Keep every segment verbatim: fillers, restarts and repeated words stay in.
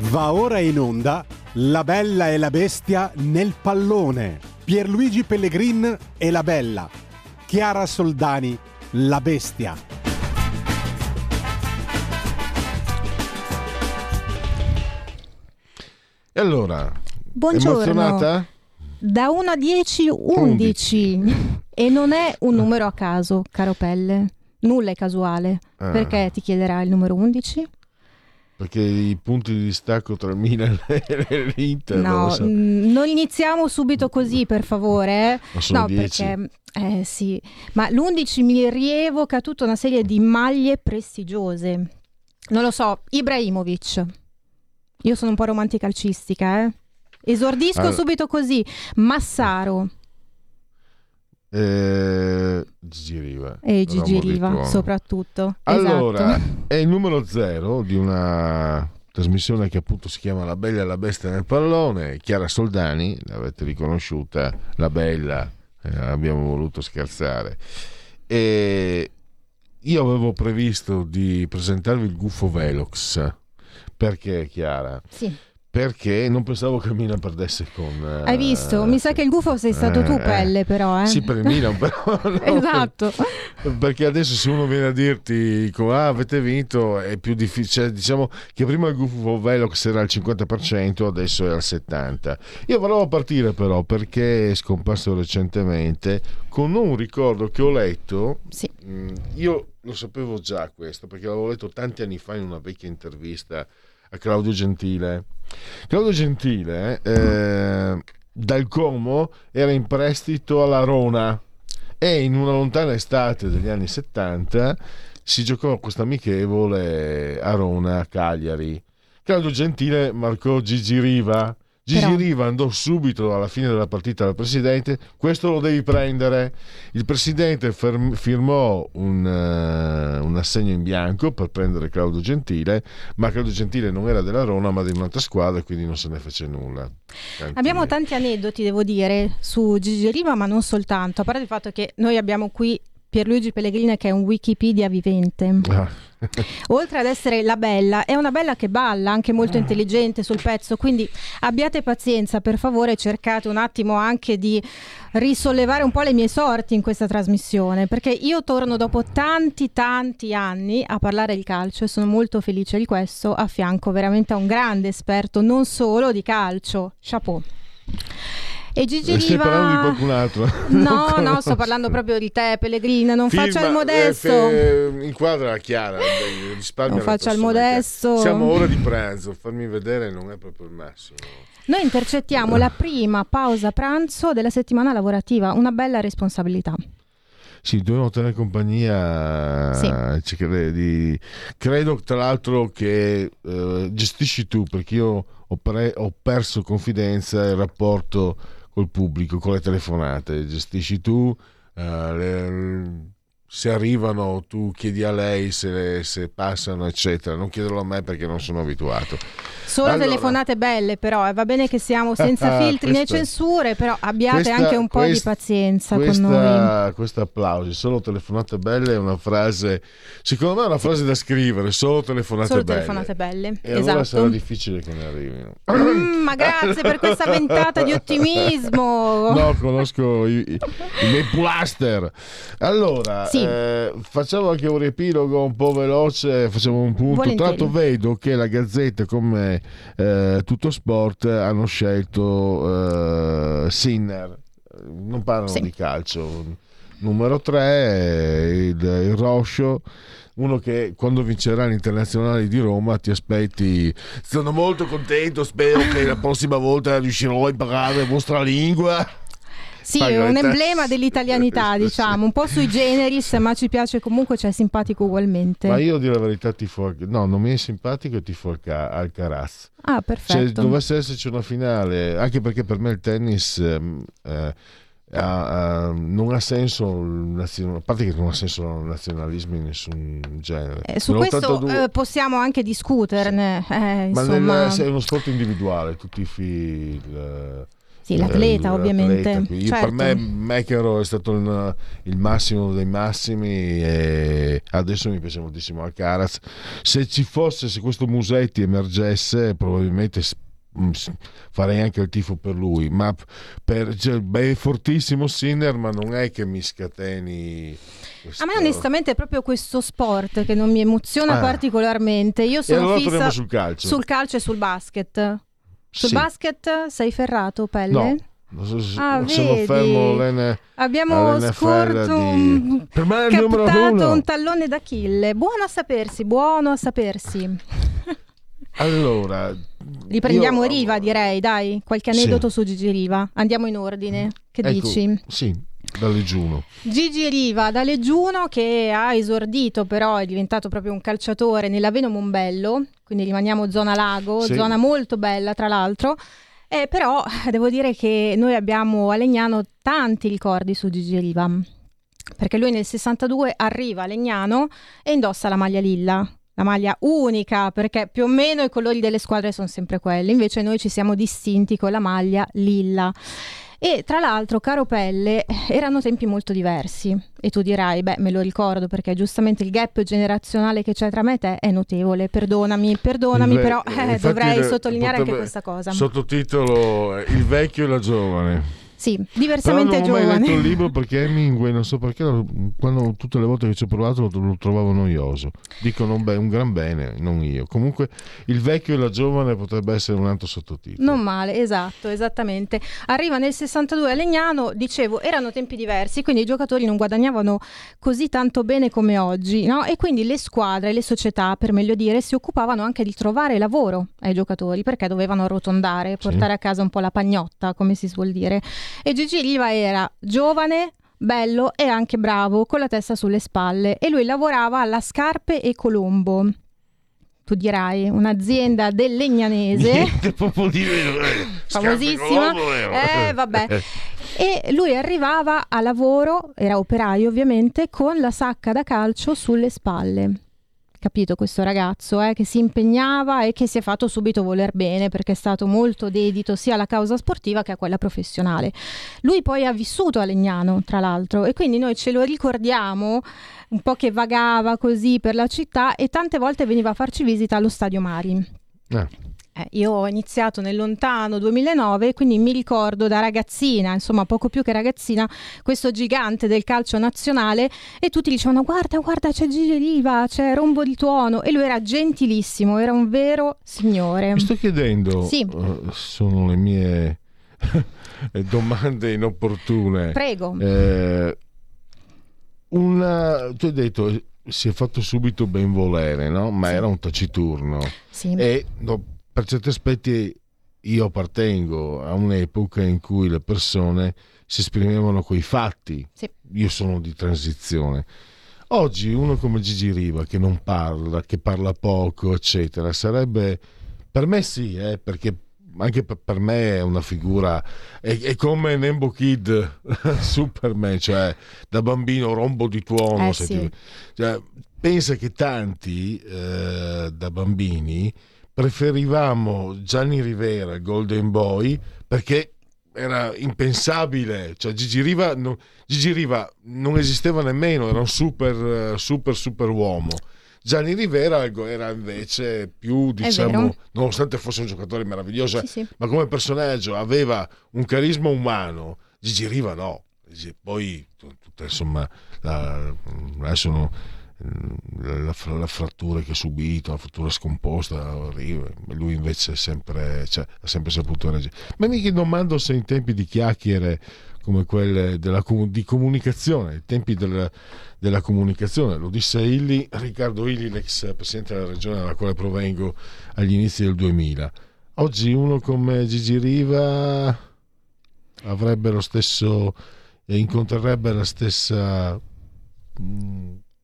Va ora in onda La Bella e la Bestia nel pallone. Pierluigi Pellegrin e la Bella. Chiara Soldani, la Bestia. E allora, buongiorno. Emozionata? Da uno a dieci, undici. E non è un numero a caso, caro Pelle. Nulla è casuale. Ah. Perché ti chiederà il numero undici? Perché i punti di distacco tra il Milan e l'Inter. No, non, so. mh, non iniziamo subito così, per favore. Eh. Ma sono no, dieci. perché eh sì, ma l'undici mi rievoca tutta una serie di maglie prestigiose. Non lo so, Ibrahimovic. Io sono un po' romanticalcistica, eh. Esordisco allora. subito così. Massaro. Eh, Gigi Riva. E Gigi Riva, soprattutto. Allora, esatto. è il numero zero di una trasmissione che appunto si chiama La Bella e la Bestia nel pallone. Chiara Soldani, l'avete riconosciuta, la Bella, eh, abbiamo voluto scherzare. E io avevo previsto di presentarvi il Gufo Velox. Perché, Chiara? Sì. Perché non pensavo che il Milan perdesse con... Hai visto? Uh, Mi sa che il gufo sei stato eh, tu, Pelle, però. Eh. Sì, per il Milan, però. No, esatto. Per, perché adesso se uno viene a dirti ah, avete vinto, è più difficile. Diciamo che prima il Gufo Velox era al cinquanta per cento, adesso è al settanta per cento. Io volevo partire però perché è scomparso recentemente con un ricordo che ho letto. Sì. Mh, io lo sapevo già questo, perché l'avevo letto tanti anni fa in una vecchia intervista a Claudio Gentile. Claudio Gentile eh, dal Como era in prestito alla Rona e in una lontana estate degli anni settanta si giocò questo amichevole a Rona a Cagliari. Claudio Gentile marcò Gigi Riva. Gigi Però... Riva andò subito alla fine della partita dal presidente: questo lo devi prendere. Il presidente ferm- firmò un, uh, un assegno in bianco per prendere Claudio Gentile, ma Claudio Gentile non era della Roma ma di un'altra squadra, quindi non se ne fece nulla. Tanti... Abbiamo tanti aneddoti, devo dire, su Gigi Riva, ma non soltanto, a parte il fatto che noi abbiamo qui Pierluigi Pellegrini che è un Wikipedia vivente. Ah. Oltre ad essere la Bella, è una Bella che balla, anche molto intelligente sul pezzo, quindi abbiate pazienza, per favore, cercate un attimo anche di risollevare un po' le mie sorti in questa trasmissione, perché io torno dopo tanti tanti anni a parlare di calcio e sono molto felice di questo, a fianco veramente a un grande esperto non solo di calcio. Chapeau. E Gigi Riva... Stai parlando di qualcun altro? No, no, sto parlando proprio di te, Pellegrina. Non Filma, faccia il modesto. Eh, fe... Inquadra la Chiara. Non faccia il modesto. Siamo ora di pranzo. Farmi vedere non è proprio il massimo. Noi intercettiamo la prima pausa pranzo della settimana lavorativa. Una bella responsabilità. Sì, dobbiamo tenere compagnia. Sì. Di... Credo tra l'altro che eh, gestisci tu, perché io ho, pre... ho perso confidenza e rapporto col pubblico, con le telefonate. Gestisci tu, uh, le, se arrivano tu chiedi a lei se, se passano eccetera, non chiederlo a me perché non sono abituato. Solo allora, telefonate belle però, eh, va bene che siamo senza filtri né censure, però abbiate questa, anche un po' questa, di pazienza questa, con noi. Questo applausi, solo telefonate belle è una frase, secondo me è una frase da scrivere, solo telefonate solo belle. telefonate belle, e esatto. Allora sarà difficile che ne arrivino. Mm, ma grazie per questa ventata di ottimismo. No, conosco i, i, i miei plaster. Allora, sì. eh, facciamo anche un riepilogo un po' veloce, facciamo un punto. Volentieri. Tra l'altro vedo che la Gazzetta come eh, Tutto Sport hanno scelto eh, Sinner, non parlano sì. di calcio. Numero tre, il, il Roscio, uno che quando vincerà l'Internazionale di Roma ti aspetti: sono molto contento, spero che la prossima volta riuscirò a imparare la vostra lingua. Sì, è un emblema dell'italianità, diciamo, un po' sui generis, ma ci piace comunque, c'è simpatico ugualmente. Ma io, a dire la verità, tifo al... no, non mi è simpatico e tifo al ca... Alcaraz. Ah, perfetto. Se dovesse esserci una finale, anche perché per me il tennis eh, eh, ha, ha, non ha senso, a parte che non ha senso il nazionalismo in nessun genere. Eh, su questo ottantadue eh, possiamo anche discuterne. Sì. Eh, ma insomma... nel, è uno sport individuale, tu tifi il... Sì, l'atleta, eh, ovviamente. l'atleta. Io, certo. Per me McEnroe è stato il, il massimo dei massimi e adesso mi piace moltissimo Alcaraz. Se ci fosse, se questo Musetti emergesse, probabilmente farei anche il tifo per lui, ma per, cioè, beh, è fortissimo Sinner, ma non è che mi scateni questo... A me onestamente è proprio questo sport che non mi emoziona Ah. particolarmente. Io E sono allora fissa torniamo sul calcio. sul calcio e sul basket. Sul Sì. basket sei ferrato, Pelle? No, sono, Ah, sono vedi? fermo all'N- Abbiamo all'N F L scorto di... un... Per me è il numero captato uno. un tallone d'Achille. Buono a sapersi, buono a sapersi. Allora, Riprendiamo io- Riva, direi, dai, qualche Sì. aneddoto su Gigi Riva. Andiamo in ordine. Che Ecco, dici? Sì, da Leggiuno. Gigi Riva da Leggiuno, che ha esordito, però è diventato proprio un calciatore nella Veno Mombello, quindi rimaniamo zona lago, Sì. zona molto bella tra l'altro. Eh, però devo dire che noi abbiamo a Legnano tanti ricordi su Gigi Riva, perché lui nel sessantadue arriva a Legnano e indossa la maglia lilla. La maglia unica, perché più o meno i colori delle squadre sono sempre quelli, invece noi ci siamo distinti con la maglia lilla. E tra l'altro, caro Pelle, erano tempi molto diversi e tu dirai, beh, me lo ricordo perché giustamente il gap generazionale che c'è tra me e te è notevole, perdonami, perdonami, Il ve- però eh, infatti dovrei il- sottolineare anche potrebbe- questa cosa. Sottotitolo Il vecchio e la giovane. Sì, Però diversamente non ho mai giovane. letto il libro perché Hemingway, non so perché, quando, tutte le volte che ci ho provato lo, lo trovavo noioso. Dicono beh, un gran bene, non io. Comunque Il vecchio e la giovane potrebbe essere un altro sottotitolo. Non male, esatto, esattamente. Arriva nel sessantadue a Legnano, dicevo, erano tempi diversi, quindi i giocatori non guadagnavano così tanto bene come oggi, no? E quindi le squadre, le società, per meglio dire, si occupavano anche di trovare lavoro ai giocatori, perché dovevano arrotondare, portare Sì. a casa un po' la pagnotta, come si suol dire. E Gigi Riva era giovane, bello e anche bravo, con la testa sulle spalle, e lui lavorava alla Scarpe e Colombo. Tu dirai, un'azienda del Legnanese. Niente proprio di Famosissima. Eh, vabbè. E lui arrivava a lavoro, era operaio ovviamente, con la sacca da calcio sulle spalle. Capito questo ragazzo eh, che si impegnava e che si è fatto subito voler bene perché è stato molto dedito sia alla causa sportiva che a quella professionale. Lui poi ha vissuto a Legnano, tra l'altro, e quindi noi ce lo ricordiamo un po' che vagava così per la città e tante volte veniva a farci visita allo Stadio Mari. Ah. Eh, io ho iniziato nel lontano duemilanove, quindi mi ricordo da ragazzina, insomma poco più che ragazzina, questo gigante del calcio nazionale, e tutti dicevano guarda guarda c'è Gigi Riva, c'è Rombo di Tuono, e lui era gentilissimo, era un vero signore. Mi sto chiedendo, Sì. uh, sono le mie domande inopportune. Prego. Eh, una, tu hai detto si è fatto subito ben volere, no? Ma Sì. era un taciturno. Sì. E no, per certi aspetti io appartengo a un'epoca in cui le persone si esprimevano coi fatti. Sì. Io sono di transizione. Oggi uno come Gigi Riva che non parla, che parla poco, eccetera, sarebbe, per me sì, eh, perché anche per, per me è una figura, è, è come Nembo Kid Superman, cioè da bambino Rombo di Tuono. Eh, se sì. ti- cioè, pensa che tanti eh, da bambini preferivamo Gianni Rivera, il Golden Boy, perché era impensabile, cioè Gigi Riva, no, Gigi Riva non esisteva nemmeno, era un super super super uomo. Gianni Rivera era invece più, diciamo, vero. nonostante fosse un giocatore meraviglioso, Sì, sì. ma come personaggio aveva un carisma umano. Gigi Riva no. Poi tutta, insomma, la, adesso no, la, la frattura che ha subito, la frattura scomposta, lui invece è sempre, cioè, ha sempre saputo reagire. Ma mi domando se in tempi di chiacchiere come quelle della, di comunicazione, i tempi della, della comunicazione, lo disse Illy, Riccardo Illy, l'ex presidente della regione dalla quale provengo agli inizi del duemila. Oggi uno come Gigi Riva avrebbe lo stesso, incontrerebbe la stessa mh,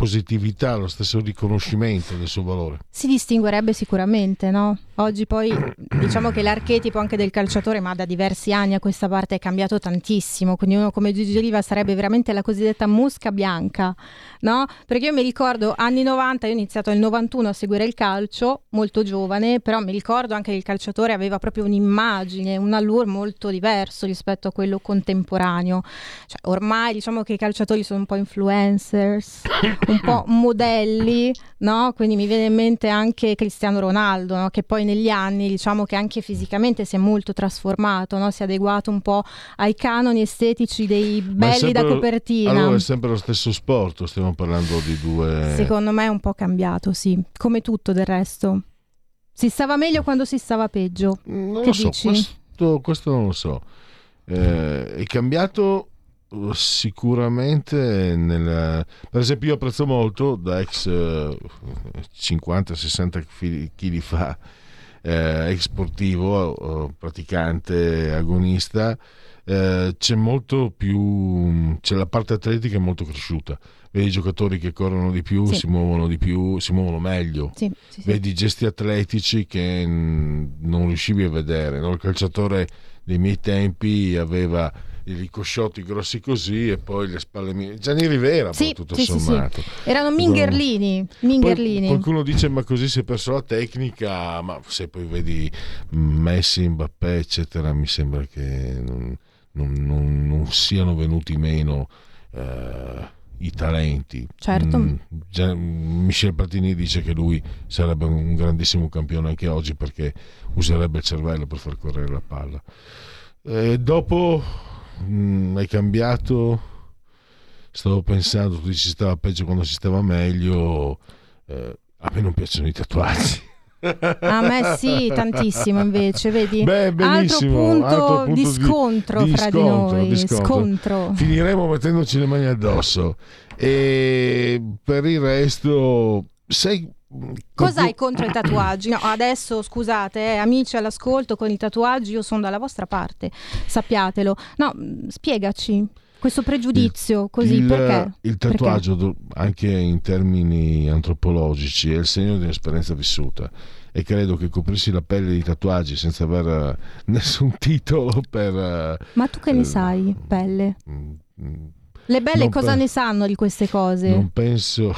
positività, lo stesso riconoscimento del suo valore. Si distinguerebbe sicuramente, no? Oggi poi diciamo che l'archetipo anche del calciatore, ma da diversi anni a questa parte, è cambiato tantissimo, quindi uno come Gigi Riva sarebbe veramente la cosiddetta mosca bianca, no? Perché io mi ricordo anni novanta, io ho iniziato nel novantuno a seguire il calcio, molto giovane, però mi ricordo anche che il calciatore aveva proprio un'immagine, un allure molto diverso rispetto a quello contemporaneo. Cioè, ormai diciamo che i calciatori sono un po' influencers, un po' modelli, no? Quindi mi viene in mente anche Cristiano Ronaldo, no? Che poi negli anni diciamo che anche fisicamente si è molto trasformato, no? Si è adeguato un po' ai canoni estetici dei belli sempre, da copertina. Allora è sempre lo stesso sport, stiamo parlando di due... Secondo me è un po' cambiato, sì, come tutto del resto. Si stava meglio quando si stava peggio. Non che lo so, dici? questo, questo non lo so. Eh, è cambiato sicuramente nel... per esempio io apprezzo molto da ex eh, cinquanta sessanta chili fa, eh, ex sportivo, eh, praticante, agonista, eh, c'è molto più, c'è la parte atletica è molto cresciuta. Vedi i giocatori che corrono di più, Sì. si muovono di più, si muovono meglio. Sì, sì, sì. Vedi gesti atletici che mh, non riuscivi a vedere, no? Il calciatore dei miei tempi aveva i ricosciotti grossi così e poi le spalle mie. Gianni Rivera, Sì, tutto sì, sì, sommato. sì. Erano mingherlini, mingherlini. Poi qualcuno dice ma così si è perso la tecnica, ma se poi vedi Messi, Mbappé eccetera, mi sembra che non, non, non, non siano venuti meno eh, i talenti. Certo. Mm, già, Michel Platini dice che lui sarebbe un grandissimo campione anche oggi perché userebbe il cervello per far correre la palla. E dopo mh, è cambiato, stavo pensando, tu dici stava peggio quando si stava meglio, eh, a me non piacciono i tatuaggi. A me sì, tantissimo invece, vedi? Beh, benissimo, altro punto, altro punto di di- scontro di fra scontro, di noi, di scontro. scontro. Finiremo mettendoci le mani addosso e per il resto sai Cos'hai contro i tatuaggi? No, adesso scusate, eh, amici all'ascolto, con i tatuaggi io sono dalla vostra parte, sappiatelo. No, mh, spiegaci questo pregiudizio, così, il, perché? il tatuaggio do- anche in termini antropologici è il segno di un'esperienza vissuta e credo che coprirsi la pelle di tatuaggi senza aver eh, nessun titolo per eh, Ma tu che ne eh, sai, Pelle? mm, mm, Le belle non cosa pe- ne sanno di queste cose? non penso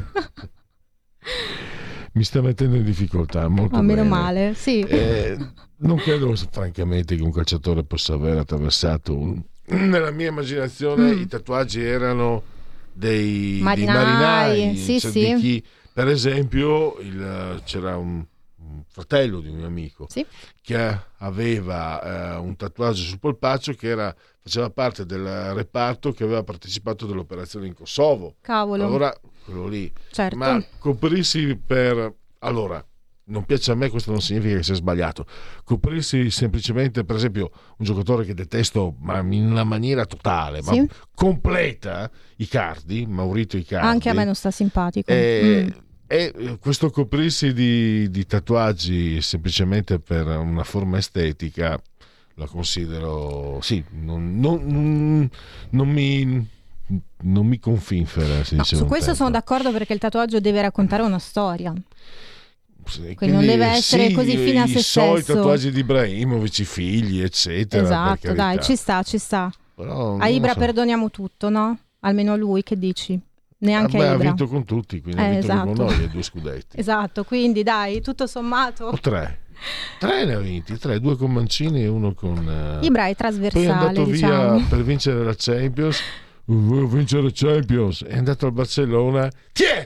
mi sta mettendo in difficoltà molto Ah, meno bene. male, sì. Eh, non credo francamente che un calciatore possa aver attraversato un... nella mia immaginazione Mm. i tatuaggi erano dei dei Marinai, marinai, sì, cioè sì. di chi, per esempio il, c'era un, un fratello di un mio amico Sì. che aveva eh, un tatuaggio sul polpaccio che era, faceva parte del reparto che aveva partecipato dell'operazione in Kosovo. Cavolo, Allora quello lì, certo. ma coprirsi per allora non piace a me, questo non significa che sia sbagliato. Coprirsi semplicemente, per esempio, un giocatore che detesto ma in una maniera totale, Sì. ma completa, Icardi, Maurito Icardi. Anche a me non sta simpatico. E, Mm. e questo coprirsi di, di tatuaggi semplicemente per una forma estetica la considero, sì, non, non, non, non mi non mi confinfera, si No, dice su un questo tempo. sono d'accordo perché il tatuaggio deve raccontare una storia. Sì, Quindi non deve essere sì, così fine a i se soliti stesso. tatuaggi di Ibrahimovic, i figli, eccetera. per Esatto, carità. dai, ci sta, ci sta. Però, A non Ibra lo so. perdoniamo tutto, no? Almeno lui, che dici? Neanche Vabbè, a ha Ibra. vinto con tutti, quindi Eh, ha vinto esatto. con noi, e due scudetti. Esatto, quindi dai, tutto sommato O tre. Tre ne ha vinti, tre, due con Mancini e uno con... eh, Ibra è Poi è trasversale, andato diciamo. via per vincere la Champions. Vuoi vincere Champions? È andato al Barcellona. Tiè!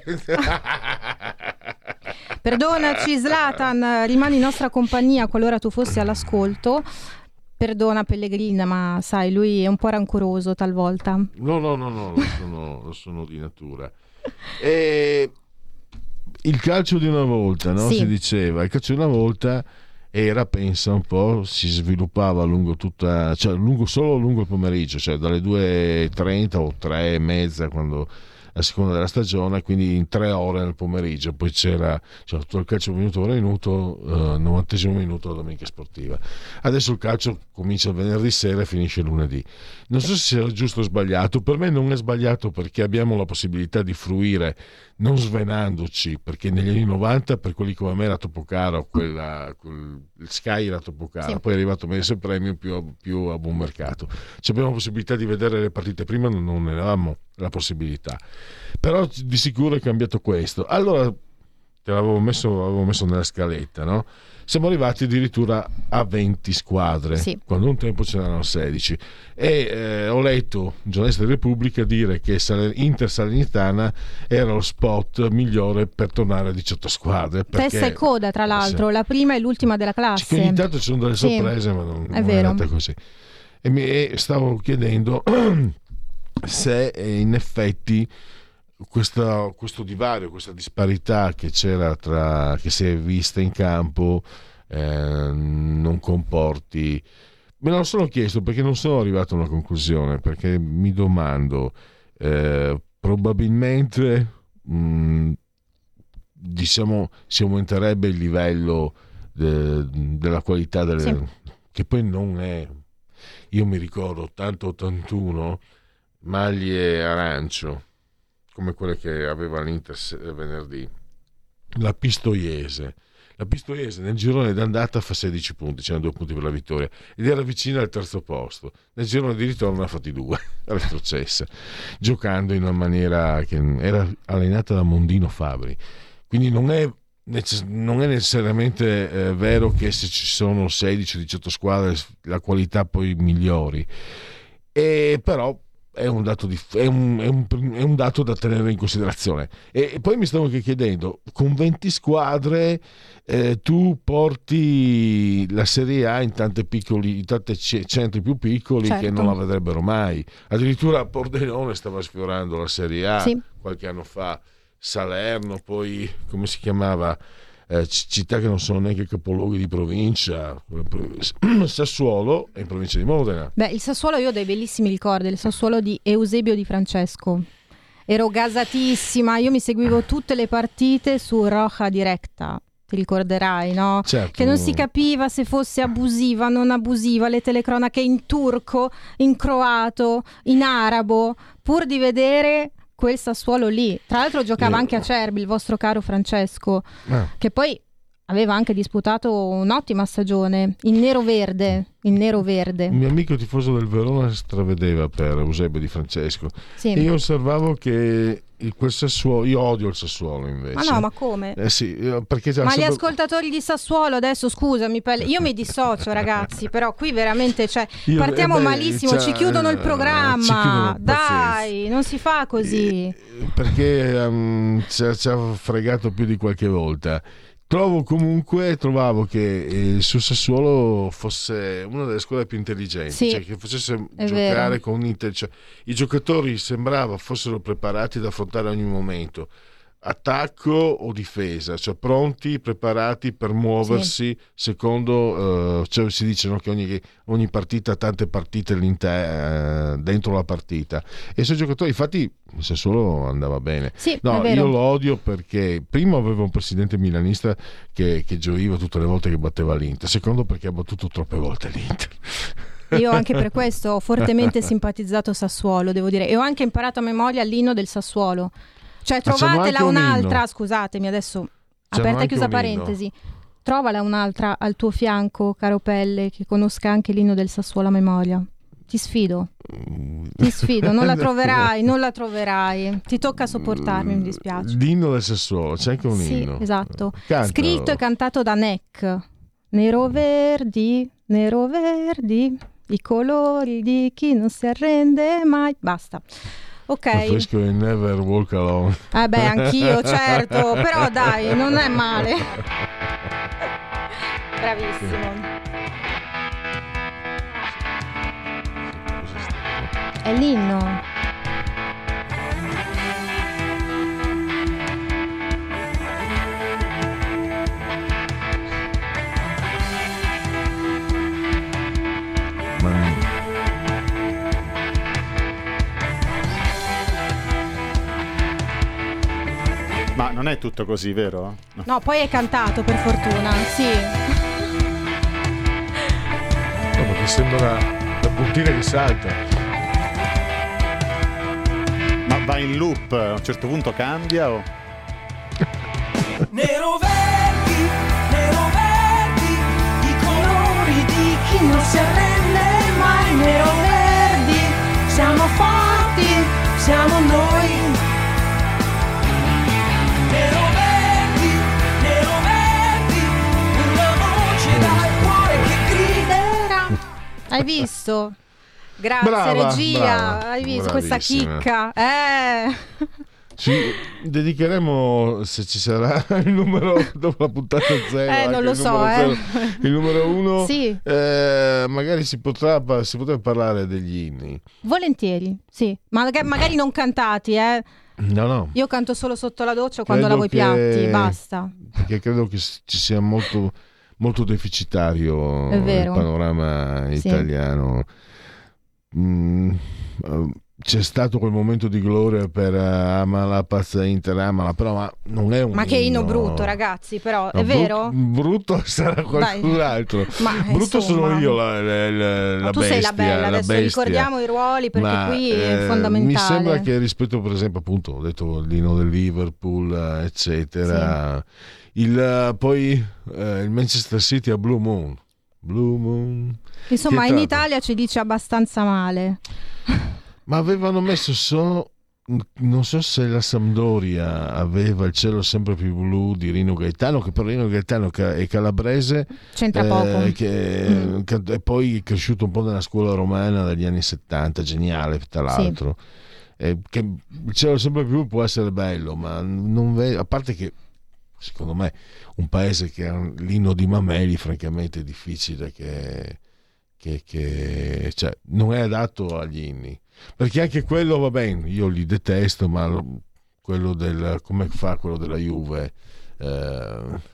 Perdonaci Zlatan, rimani in nostra compagnia qualora tu fossi all'ascolto. Perdona Pellegrin, ma sai, lui è un po' rancoroso talvolta. No, no, no, no, lo sono, lo sono di natura. E il calcio di una volta, no? Sì. Si diceva, il calcio di una volta era, pensa un po', si sviluppava lungo tutta, cioè lungo, solo lungo il pomeriggio, cioè dalle due e trenta o tre e mezza quando a seconda della stagione, quindi in tre ore nel pomeriggio. Poi c'era, c'era tutto il calcio minuto per minuto, eh, novantesimo minuto la domenica sportiva. Adesso il calcio comincia il venerdì sera e finisce il lunedì. Non so se sia giusto o sbagliato, per me non è sbagliato perché abbiamo la possibilità di fruire non svenandoci, perché negli anni novanta per quelli come me era troppo caro, quella, quel, il Sky era troppo caro, sì. Poi è arrivato Mediaset Premium più, più a buon mercato, ci abbiamo la possibilità di vedere le partite, prima non, non ne avevamo la possibilità, però di sicuro è cambiato questo. Allora te l'avevo messo, l'avevo messo nella scaletta, no? Siamo arrivati addirittura a venti squadre, sì. Quando un tempo ce n'erano sedici, e eh, ho letto un giornalista di Repubblica dire che Inter Salernitana era lo spot migliore per tornare a diciotto squadre, perché, testa e coda tra l'altro, sì. La prima e l'ultima della classe, ogni tanto ci sono delle sorprese, sì. Ma non è, non è andata così, e mi e stavo chiedendo se in effetti Questa, questo divario, questa disparità che c'era tra, che si è vista in campo, eh, non comporti. Me lo sono chiesto perché non sono arrivato a una conclusione, perché mi domando, eh, probabilmente mh, diciamo si aumenterebbe il livello de, della qualità delle, sì. Che poi non è, io mi ricordo ottanta ottantuno maglie arancio come quelle che aveva l'Inter venerdì, la Pistoiese. La Pistoiese nel girone d'andata fa sedici punti, c'erano due punti per la vittoria, ed era vicina al terzo posto. Nel girone di ritorno ne ha fatti due, retrocessa, giocando in una maniera che era allenata da Mondino Fabri. Quindi non è, non è necessariamente eh, vero che se ci sono sedici diciotto squadre la qualità poi migliori, e però È un, dato di, è, un, è, un, è un dato da tenere in considerazione. E, e poi mi stavo anche chiedendo, con venti squadre eh, tu porti la Serie A in tante piccoli, in tanti centri più piccoli, certo, che non la vedrebbero mai. Addirittura Pordenone stava sfiorando la Serie A, sì, qualche anno fa, Salerno, poi come si chiamava? Eh, città che non sono neanche capoluoghi di provincia, Sassuolo è in provincia di Modena. Beh, il Sassuolo, io ho dei bellissimi ricordi, il Sassuolo di Eusebio Di Francesco, ero gasatissima, io mi seguivo tutte le partite su Roja Directa, ti ricorderai, no? Certo. Che non si capiva se fosse abusiva, non abusiva, le telecronache in turco, in croato, in arabo, pur di vedere quel Sassuolo lì. Tra l'altro giocava anche a Cerbi, il vostro caro Francesco, ah. che poi aveva anche disputato un'ottima stagione in nero-verde, in nero-verde. Un mio amico tifoso del Verona stravedeva per Eusebio Di Francesco, sì. E io osservavo che quel Sassuolo, io odio il Sassuolo invece. Ma no, ma come? Eh sì, perché ma sempre... gli ascoltatori di Sassuolo adesso, scusami, io mi dissocio ragazzi, però qui veramente, cioè, io, partiamo eh beh, malissimo, ci chiudono il programma, chiudono, dai, non si fa così. Eh, perché um, ci, ci ha fregato più di qualche volta. Trovo comunque, trovavo che il suo Sassuolo fosse una delle squadre più intelligenti, sì, cioè che facesse giocare vero. con inter... cioè, i giocatori sembrava fossero preparati ad affrontare ogni momento, attacco o difesa, cioè pronti, preparati per muoversi, sì, secondo, uh, cioè si dice, no, che ogni, ogni partita ha tante partite uh, dentro la partita, e i suoi giocatori, infatti se solo andava bene. Sì, no, io lo odio perché primo aveva un presidente milanista che, che gioiva tutte le volte che batteva l'Inter, secondo perché ha battuto troppe volte l'Inter. Io anche per questo ho fortemente simpatizzato Sassuolo, devo dire, e ho anche imparato a memoria l'inno del Sassuolo. Cioè trovatela un un'altra, inno. Scusatemi adesso, c'hanno aperta e chiusa parentesi, inno. Trovala un'altra al tuo fianco, caro Pelle, che conosca anche l'inno del Sassuolo a memoria. Ti sfido, ti sfido, non la troverai, non la troverai, ti tocca sopportarmi, mi dispiace. L'inno del Sassuolo, c'è anche un sì, inno. Esatto, Canta. Scritto e cantato da Neck. Nero verdi, nero verdi, i colori di chi non si arrende mai. Basta. Ok. Preferisco il Never Walk Alone. Eh beh, anch'io, certo, però dai, non è male. Bravissimo. È l'inno. Ma non è tutto così, vero? No, no, poi è cantato, per fortuna, sì. No, perché sembra la puntina che salta. Ma va in loop, a un certo punto cambia o... Nero verdi, nero verdi, i colori di chi non si arrende mai. Nero verdi, siamo forti, siamo noi. Nero verdi, nero verdi, una voce dal cuore che griderà. Hai visto? Grazie Brava, regia, brava, hai visto questa bravissima. chicca? Eh. Ci dedicheremo, se ci sarà, il numero dopo la puntata zero. Eh, non lo il so, numero eh. zero, il numero uno. Sì. Eh, magari si potrà, si potrebbe parlare degli inni. Volentieri, sì. Ma maga- magari non cantati, eh. No, no. Io canto solo sotto la doccia quando Credo lavo i che- piatti, basta. Perché credo che ci sia molto, molto deficitario È vero. il panorama Sì. italiano. Mm, eh, c'è stato quel momento di gloria per uh, Amala, Pazza Inter, Amala, però ma non è un Ma che inno inno brutto, ragazzi, però, No, è bru- vero? Brutto sarà qualcun Dai. altro. Ma, Brutto insomma. sono io, la, la, la, la tu bestia. sei la bella, la adesso bestia. ricordiamo i ruoli perché Ma, qui è eh, fondamentale. Mi sembra che rispetto, per esempio, appunto, ho detto l'inno del Liverpool, eh, eccetera. Il, eh, poi eh, il Manchester City a Blue Moon. Blue Moon. Insomma, Che in tra- Italia ci dice abbastanza male. Ma avevano messo solo. Non so se la Sampdoria aveva il cielo sempre più blu di Rino Gaetano, che però Rino Gaetano ca- è calabrese, C'entra eh, poco. che Mm. che è poi cresciuto un po' nella scuola romana dagli anni settanta, geniale tra l'altro. Eh, che il cielo sempre più blu può essere bello, ma non ve- a parte che secondo me un paese che ha l'inno di Mameli francamente è difficile che, che, che cioè, non è adatto agli inni, perché anche quello va bene, io li detesto, ma lo- quello del come fa quello della Juve eh,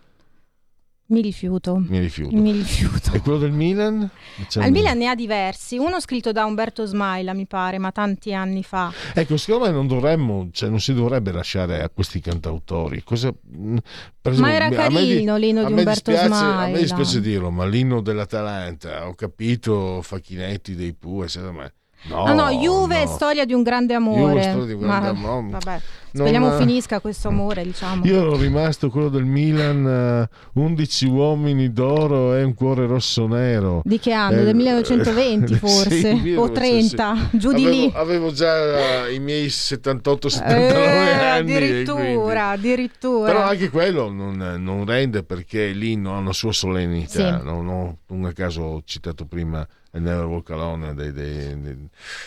Mi rifiuto. mi rifiuto. Mi rifiuto. E quello del Milan? C'è Al un- Milan ne ha diversi, uno scritto da Umberto Smaila, mi pare, ma tanti anni fa. Ecco, secondo me non dovremmo, cioè non si dovrebbe lasciare a questi cantautori. Cosa, mh, per Ma era esempio, a me di- carino l'inno a di me Umberto dispiace- Smaila. A me dispiace dirlo, ma l'inno dell'Atalanta, ho capito, Facchinetti dei Pooh, eccetera, ma no, Ah no, Juve è no. storia di un grande amore. Juve è storia di un grande Ma- amore. Vabbè, Non- speriamo finisca questo amore, diciamo. Io ero rimasto quello del Milan, eh, undici uomini d'oro e un cuore rosso nero. Di che anno? Eh, Del millenovecentoventi sì, forse? O millenovecento, trenta? sì. Giù di avevo, lì. avevo già i miei settantotto settantanove Eh, anni. e addirittura, addirittura. Però anche quello non, non rende, perché l'inno ha una sua solennità. Sì. Non, ho- non a caso ho citato prima il Never Walk Alone dei- dei- dei-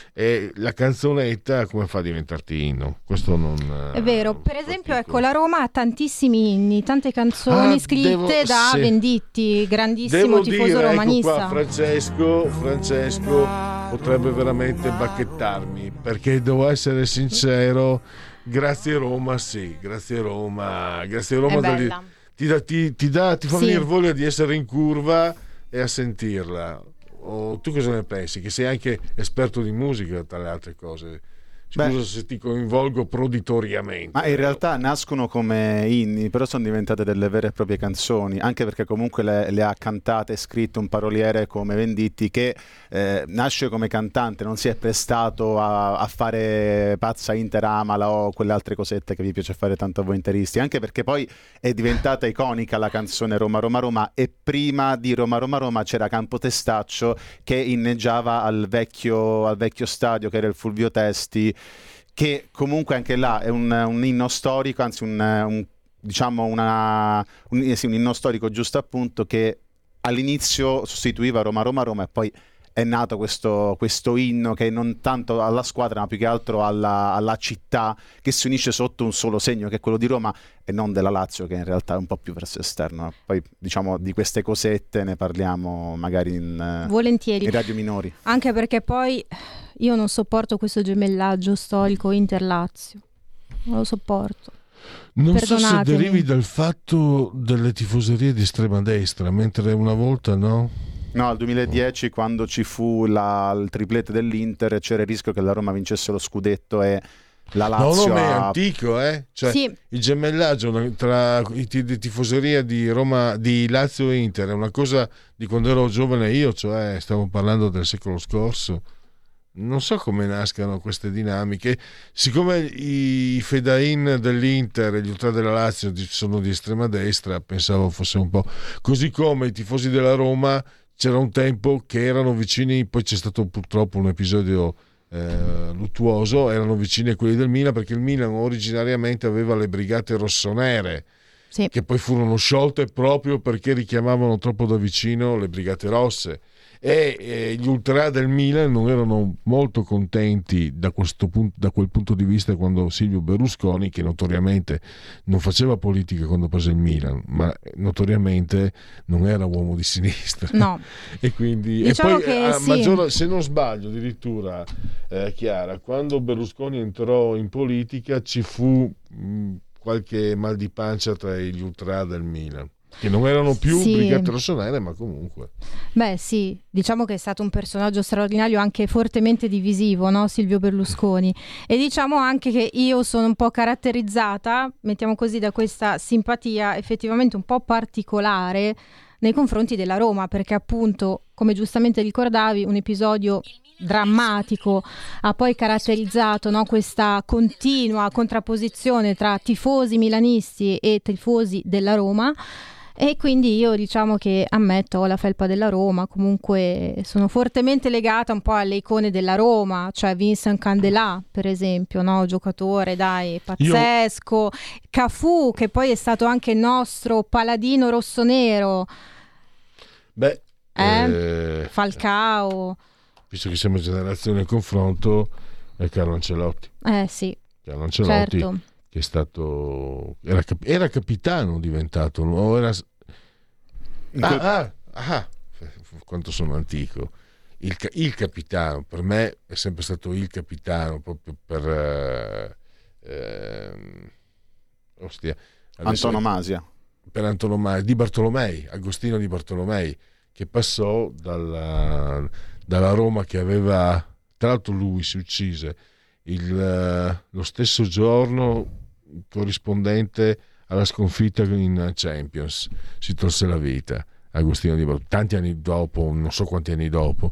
e la canzonetta come fa a diventarti inno? Questo non È vero, per non esempio, lo ecco, dico. la Roma ha tantissimi inni, tante canzoni Ah, scritte devo- da sì. Venditti, grandissimo Devo tifoso dire, romanista. ecco qua, Francesco, Francesco potrebbe veramente bacchettarmi, perché devo essere sincero, grazie Roma, sì, grazie Roma, grazie Roma È dagli- bella. ti, dà, ti, ti dà- ti fa Sì. venire voglia di essere in curva e a sentirla. O tu cosa ne pensi? Che sei anche esperto di musica, tra le altre cose. Scusa Beh. se ti coinvolgo proditoriamente. Ma in realtà nascono come inni, però sono diventate delle vere e proprie canzoni, anche perché comunque le, le ha cantate e scritte un paroliere come Venditti, che eh, nasce come cantante, non si è prestato a, a fare Pazza Inter Amala o quelle altre cosette che vi piace fare tanto a voi interisti, anche perché poi è diventata iconica la canzone Roma Roma Roma, e prima di Roma Roma Roma c'era Campo Testaccio che inneggiava al vecchio, al vecchio stadio che era il Fulvio Testi, che comunque anche là è un, un inno storico, anzi un, un- diciamo una, un, eh sì, un inno storico giusto appunto, che all'inizio sostituiva Roma Roma Roma, e poi è nato questo, questo inno che non tanto alla squadra ma più che altro alla, alla città, che si unisce sotto un solo segno, che è quello di Roma e non della Lazio, che in realtà è un po' più verso esterno. Poi diciamo di queste cosette ne parliamo magari in, eh, Volentieri. in radio minori. Anche perché poi io non sopporto questo gemellaggio storico Inter-Lazio. Non lo sopporto. Non so se Perdonatemi. derivi dal fatto delle tifoserie di estrema destra, mentre una volta no. No, al duemiladieci, quando ci fu la, il triplete dell'Inter, c'era il rischio che la Roma vincesse lo scudetto e la Lazio no, no, ma è ha... antico, eh? Cioè, Sì. il gemellaggio tra i t- di tifoseria di Roma, di Lazio e Inter è una cosa di quando ero giovane io, cioè stiamo parlando del secolo scorso. Non so come nascano queste dinamiche, siccome i fedain dell'Inter e gli ultra della Lazio sono di estrema destra, pensavo fosse un po' così come i tifosi della Roma. C'era un tempo che erano vicini, poi c'è stato purtroppo un episodio eh, luttuoso, erano vicini a quelli del Milan, perché il Milan originariamente aveva le brigate rossonere, Sì. che poi furono sciolte proprio perché richiamavano troppo da vicino le brigate rosse. E, e gli ultra del Milan non erano molto contenti da, questo punto, da quel punto di vista, quando Silvio Berlusconi, che notoriamente non faceva politica quando prese il Milan, ma notoriamente non era uomo di sinistra, No. e quindi Diciamo e poi che a sì. maggior, se non sbaglio addirittura eh, Chiara, quando Berlusconi entrò in politica ci fu mh, qualche mal di pancia tra gli ultra del Milan, che non erano più Sì. brigate rossonere, ma comunque Beh sì, diciamo che è stato un personaggio straordinario, anche fortemente divisivo, no? Silvio Berlusconi. E diciamo anche che io sono un po' caratterizzata, mettiamo così, da questa simpatia effettivamente un po' particolare nei confronti della Roma, perché appunto, come giustamente ricordavi, un episodio drammatico ha poi caratterizzato, no, questa continua contrapposizione tra tifosi milanisti e tifosi della Roma. E quindi io diciamo che ammetto, ho la felpa della Roma, comunque sono fortemente legata un po' alle icone della Roma, cioè Vincent Candelà per esempio, no? Giocatore dai pazzesco, Cafù che poi è stato anche il nostro paladino rossonero, beh eh? eh, Falcao, visto che siamo generazione in confronto, è Carlo Ancelotti. eh sì, Carlo Ancelotti, certo. che è stato era, cap- era capitano diventato, o era ah, ah, ah, quanto sono antico, il, ca- il capitano per me è sempre stato il capitano, proprio per eh, eh, ostia, adesso- Antonomasia. per antonomasia, di Bartolomei, Agostino di Bartolomei, che passò dalla, dalla Roma, che aveva, tra l'altro lui si uccise il, lo stesso giorno corrispondente alla sconfitta in Champions, si tolse la vita Agostino di Bartolomei, tanti anni dopo, non so quanti anni dopo,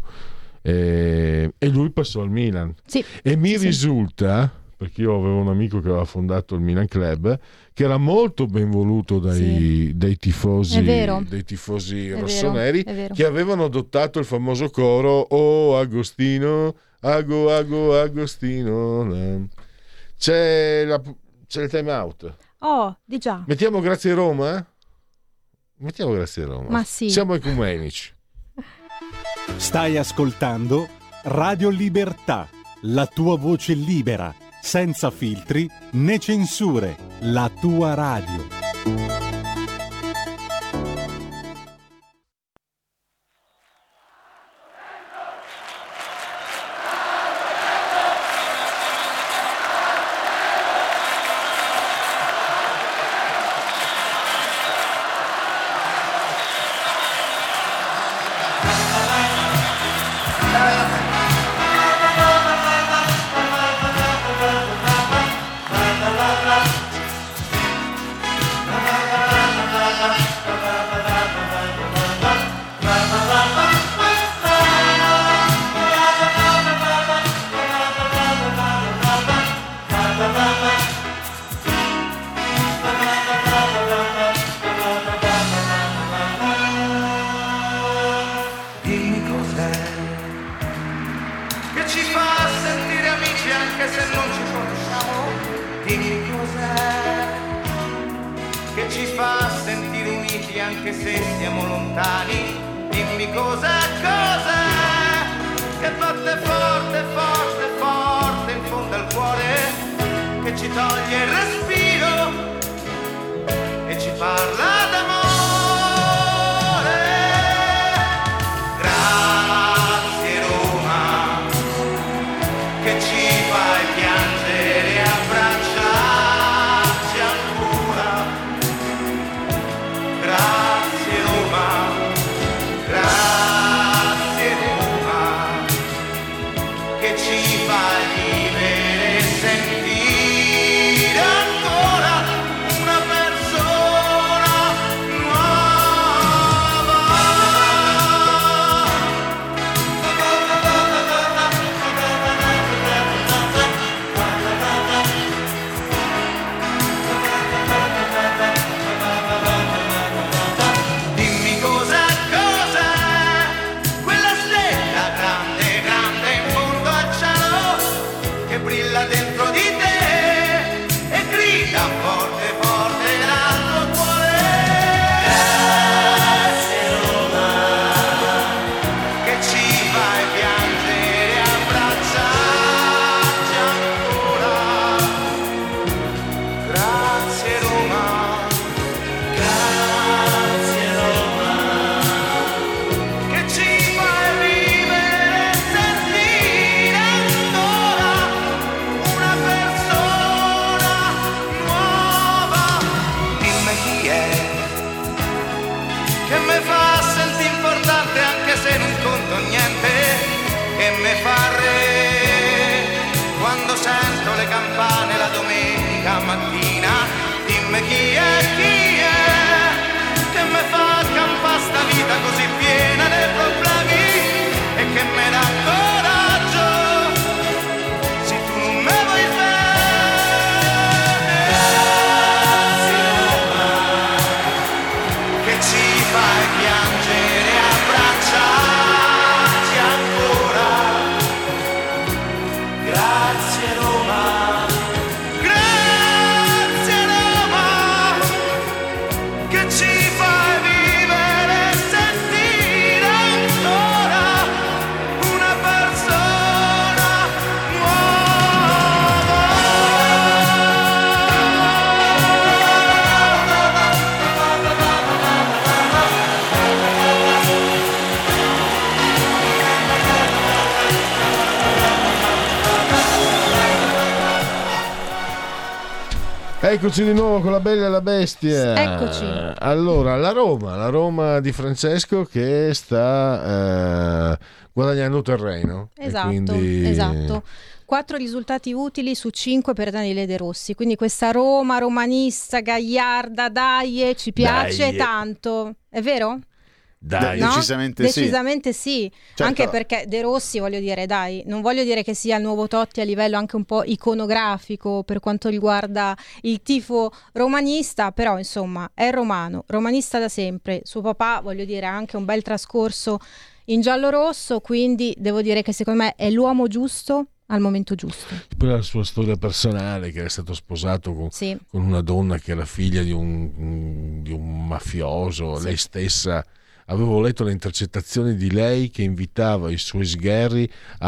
e, e lui passò al Milan. Sì. E mi Sì. risulta, perché io avevo un amico che aveva fondato il Milan Club, che era molto ben voluto dai, Sì. dai tifosi, È vero. dei tifosi È rossoneri, vero, è vero. che avevano adottato il famoso coro "Oh Agostino, Ago Ago Agostino". C'è, la, c'è il time out. Oh, di già. Mettiamo Grazie Roma? Mettiamo Grazie Roma. Ma sì. Siamo ecumenici. Stai ascoltando Radio Libertà, la tua voce libera, senza filtri né censure, la tua radio. Dimmi cos'è che ci fa sentire amici anche se non ci conosciamo. Dimmi cos'è che ci fa sentire uniti anche se siamo lontani. Dimmi cos'è, cos'è che batte forte, forte, forte in fondo al cuore, che ci toglie il respiro e ci parla d'amore. Grazie Roma, che ci fai piangere e abbracciarci ancora. Grazie Roma, grazie Roma, che ci fai vivere e sentire Eccoci di nuovo con la Bella e la Bestia. Eccoci. Allora, la Roma, la Roma di Francesco che sta eh, guadagnando terreno. Esatto, quindi... esatto. Quattro risultati utili su cinque per Daniele De Rossi, quindi questa Roma romanista, gagliarda, dai, ci piace Dai. tanto. È vero? Dai, No? Decisamente sì. Decisamente sì, Certo. anche perché De Rossi, voglio dire, dai, non voglio dire che sia il nuovo Totti a livello anche un po' iconografico per quanto riguarda il tifo romanista, però insomma è romano, romanista da sempre, suo papà, voglio dire, ha anche un bel trascorso in giallo-rosso, quindi devo dire che secondo me è l'uomo giusto al momento giusto. poi la sua storia personale, che era stato sposato con, Sì. con una donna che era figlia di un, di un mafioso, Sì. lei stessa. Avevo letto le intercettazioni di lei che invitava i suoi sgherri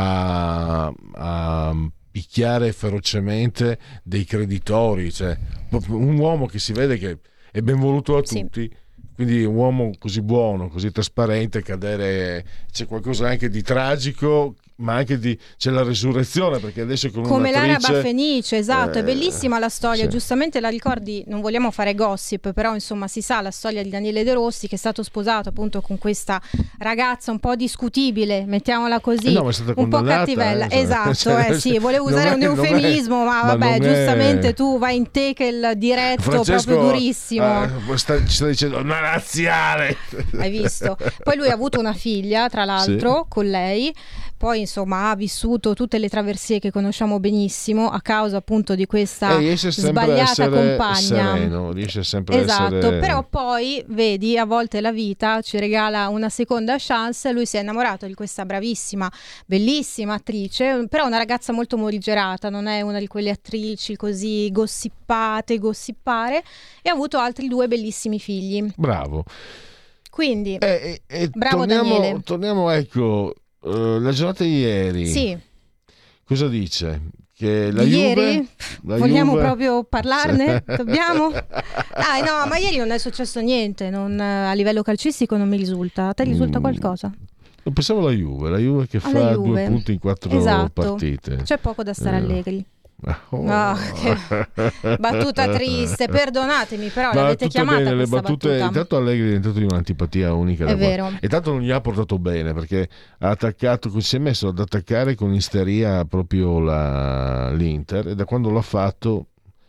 a, a picchiare ferocemente dei creditori, cioè un uomo che si vede che è ben voluto da Sì. tutti, quindi un uomo così buono, così trasparente, cadere, c'è qualcosa anche di tragico, ma anche di c'è la risurrezione, perché adesso con Come un'attrice, l'Araba Fenice, esatto, eh, è bellissima la storia, sì. giustamente la ricordi, non vogliamo fare gossip, però insomma si sa la storia di Daniele De Rossi che è stato sposato appunto con questa ragazza un po' discutibile, mettiamola così, Eh no, ma è stata un po' condannata, cattivella, eh, esatto, cioè, eh sì, volevo non usare è- un non è- eufemismo, ma ma vabbè, non è- giustamente tu vai in tackle diretto, Francesco, proprio durissimo. eh, sta, ci sta dicendo una razziale. Hai visto? Poi lui ha avuto una figlia, tra l'altro, con lei. Poi insomma ha vissuto tutte le traversie che conosciamo benissimo a causa appunto di questa E riesce sempre a sbagliata essere compagna. sereno, riesce sempre Esatto, a essere... però poi vedi, a volte la vita ci regala una seconda chance. Lui si è innamorato di questa bravissima, bellissima attrice, però una ragazza molto morigerata, non è una di quelle attrici così gossipate, gossipare, e ha avuto altri due bellissimi figli. Bravo. Quindi, E, e- e Bravo, torniamo, Daniele. torniamo, ecco, eh, la giornata di ieri. sì, Cosa dice? Che la di Juve, ieri? la Vogliamo Juve- proprio parlarne? Dobbiamo? Ah no, ma ieri non è successo niente, non- a livello calcistico non mi risulta. A te risulta Mm. qualcosa? Non pensavo alla Juve, la Juve che Alla fa Juve. due punti in quattro Esatto. partite. C'è poco da stare Eh. allegri. Oh. Ah, che battuta triste, perdonatemi, però Ma l'avete tutto chiamata bene, le questa battute, battuta. intanto Allegri è diventato di un'antipatia unica È da qua. vero. E tanto non gli ha portato bene, perché ha attaccato, si è messo ad attaccare con isteria proprio la, l'Inter, e da quando l'ha fatto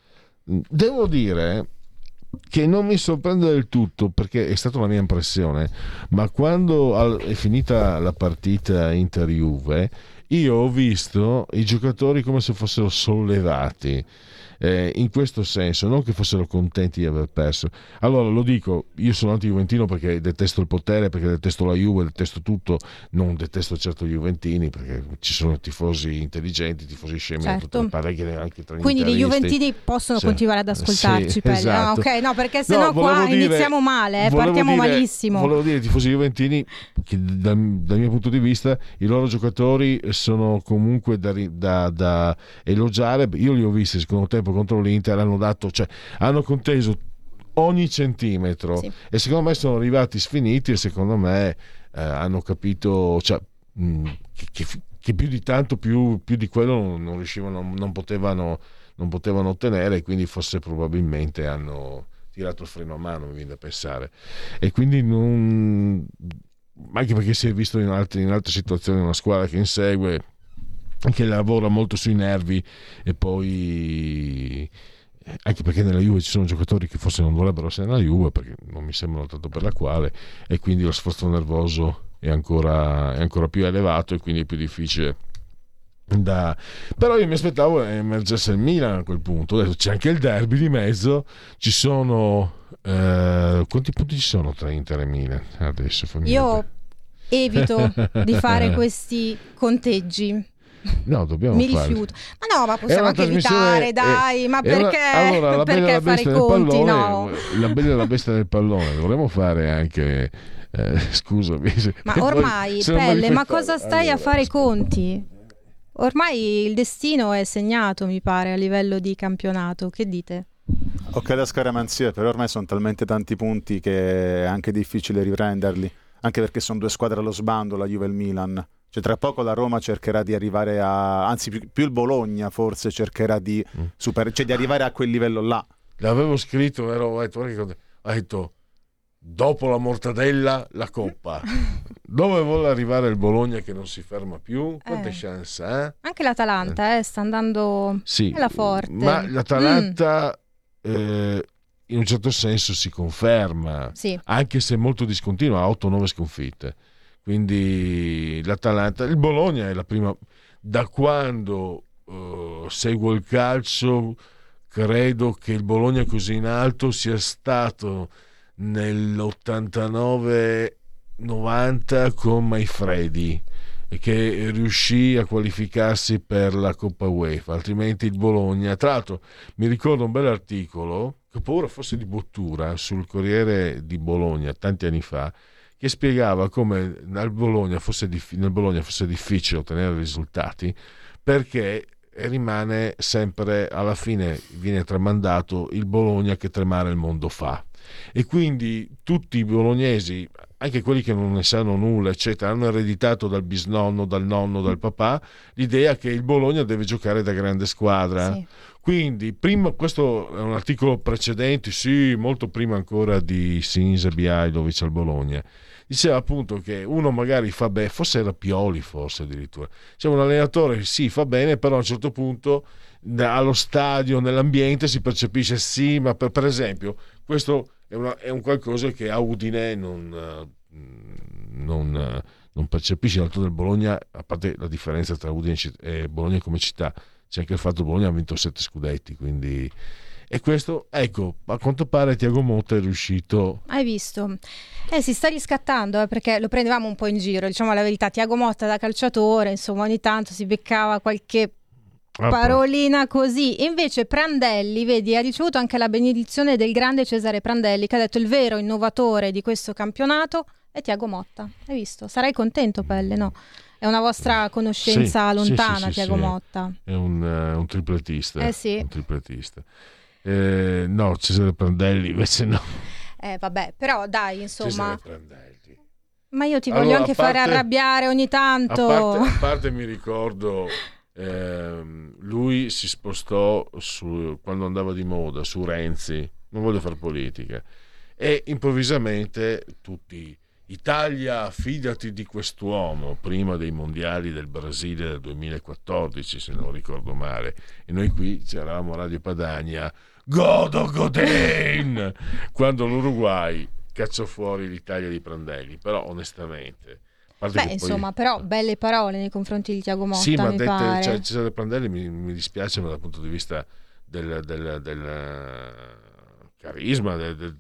devo dire che non mi sorprende del tutto, perché è stata una mia impressione, ma quando al- è finita la partita Inter-Juve io ho visto i giocatori come se fossero sollevati, eh, in questo senso, non che fossero contenti di aver perso. Allora lo dico, io sono anti-juventino perché detesto il potere, perché detesto la Juve, detesto tutto, non detesto certo gli juventini, perché ci sono tifosi intelligenti, tifosi scemi, Certo. parecchi anche tra gli Quindi gli interisti. juventini possono Sì. continuare ad ascoltarci, Sì, Pelle. esatto. Ah, ok, no, perché sennò No, qua volevo dire- iniziamo male, eh, volevo partiamo dire- malissimo. Volevo dire ai tifosi juventini che dal, dal mio punto di vista i loro giocatori sono comunque da, ri- da, da elogiare. Io li ho visti il secondo tempo contro l'Inter, hanno dato, cioè hanno conteso ogni centimetro, Sì. e secondo me sono arrivati sfiniti, e secondo me eh, hanno capito, cioè, mh, che, che, che più di tanto, più, più di quello non, non riuscivano, non potevano, non potevano ottenere, e quindi forse probabilmente hanno tirato il freno a mano, mi viene da pensare. E quindi non, anche perché si è visto in, altri, in altre situazioni una squadra che insegue, che lavora molto sui nervi, e poi anche perché nella Juve ci sono giocatori che forse non dovrebbero essere nella Juve, perché non mi sembrano tanto per la quale, e quindi lo sforzo nervoso è ancora, è ancora più elevato, e quindi è più difficile da... Però io mi aspettavo emergesse il Milan a quel punto. Adesso c'è anche il derby di mezzo, ci sono eh, quanti punti ci sono tra Inter e Milan adesso? Fammi Io vedere. evito di fare questi conteggi. No, dobbiamo Mi farli. rifiuto. Ma no, ma È possiamo una anche trasmissione- evitare, dai, ma è una- perché, allora, la Bella e perché la fare Bestia i del conti? pallone, No. La Bella e la Bestia del pallone, dovremmo fare anche eh, scusami. Ma E poi ormai, se non mi Pelle, ma rifletto- cosa stai a allora, fare i conti? Ormai il destino è segnato, mi pare, a livello di campionato. Che dite? Ok, la scaramanzia, però ormai sono talmente tanti punti che è anche difficile riprenderli, anche perché sono due squadre allo sbando, la Juve e il Milan. Cioè, tra poco la Roma cercherà di arrivare a, anzi più, più il Bologna forse cercherà di Mm. super, cioè di arrivare a quel livello là. l'avevo scritto, ero, ho detto, ho detto dopo la mortadella la coppa. Dove vuole arrivare il Bologna che non si ferma più? Quante Eh. chance, eh? Anche l'Atalanta eh, sta andando Sì, bella forte. ma l'Atalanta Mm. eh, in un certo senso si conferma, Sì. anche se molto discontinua, ha otto nove sconfitte. Quindi l'Atalanta, il Bologna è la prima, da quando eh, seguo il calcio, credo che il Bologna così in alto sia stato nell'ottantanove novanta con Maifredi, che riuscì a qualificarsi per la Coppa UEFA, altrimenti il Bologna, tra l'altro mi ricordo un bel articolo che ora fosse di Bottura sul Corriere di Bologna tanti anni fa, che spiegava come nel Bologna fosse, dif- nel Bologna fosse difficile ottenere risultati perché rimane sempre, alla fine viene tramandato il Bologna che tremare il mondo fa, e quindi tutti i bolognesi, anche quelli che non ne sanno nulla eccetera, hanno ereditato dal bisnonno, dal nonno, dal papà l'idea che il Bologna deve giocare da grande squadra. Sì. Quindi prima, questo è un articolo precedente, sì, molto prima ancora di Sinisa Mihajlović al Bologna, diceva appunto che uno magari fa bene, forse era Pioli, forse addirittura, cioè un allenatore sì fa bene, però a un certo punto allo stadio, nell'ambiente si percepisce sì, ma per, per esempio questo è, una, è un qualcosa che a Udine non, non, non percepisce. L'altro del Bologna, a parte la differenza tra Udine e Bologna come città, c'è anche il fatto che il Bologna ha vinto sette scudetti, quindi, e questo, ecco, a quanto pare Thiago Motta è riuscito. Hai visto? Eh, si sta riscattando eh, perché lo prendevamo un po' in giro, diciamo la verità. Thiago Motta da calciatore, insomma, ogni tanto si beccava qualche Ah, parolina così. E invece Prandelli, vedi, ha ricevuto anche la benedizione del grande Cesare Prandelli, che ha detto il vero innovatore di questo campionato è Thiago Motta. Hai visto? Sarai contento, Pelle, no? È una vostra conoscenza Sì, lontana, sì, sì, sì, Thiago sì. Motta. È un, uh, un tripletista. Eh sì. Un tripletista. Eh, no, Cesare Prandelli invece no. Eh vabbè, però dai, insomma. Cesare Prandelli. Ma io ti Allora, voglio anche a parte- fare arrabbiare ogni A tanto. parte, a parte mi ricordo, ehm, lui si spostò su, quando andava di moda su Renzi, non voglio fare politica, e improvvisamente tutti, Italia, fidati di quest'uomo, prima dei mondiali del Brasile del duemilaquattordici, se non ricordo male, e noi qui c'eravamo a Radio Padania, Godo Godin, quando l'Uruguay cacciò fuori l'Italia di Prandelli. Però onestamente, a parte Beh, che poi- insomma, però belle parole nei confronti di Thiago Motta, sì, ma mi dette, pare. cioè, Cesare Prandelli mi, mi dispiace, ma dal punto di vista del, del, del carisma, del, del,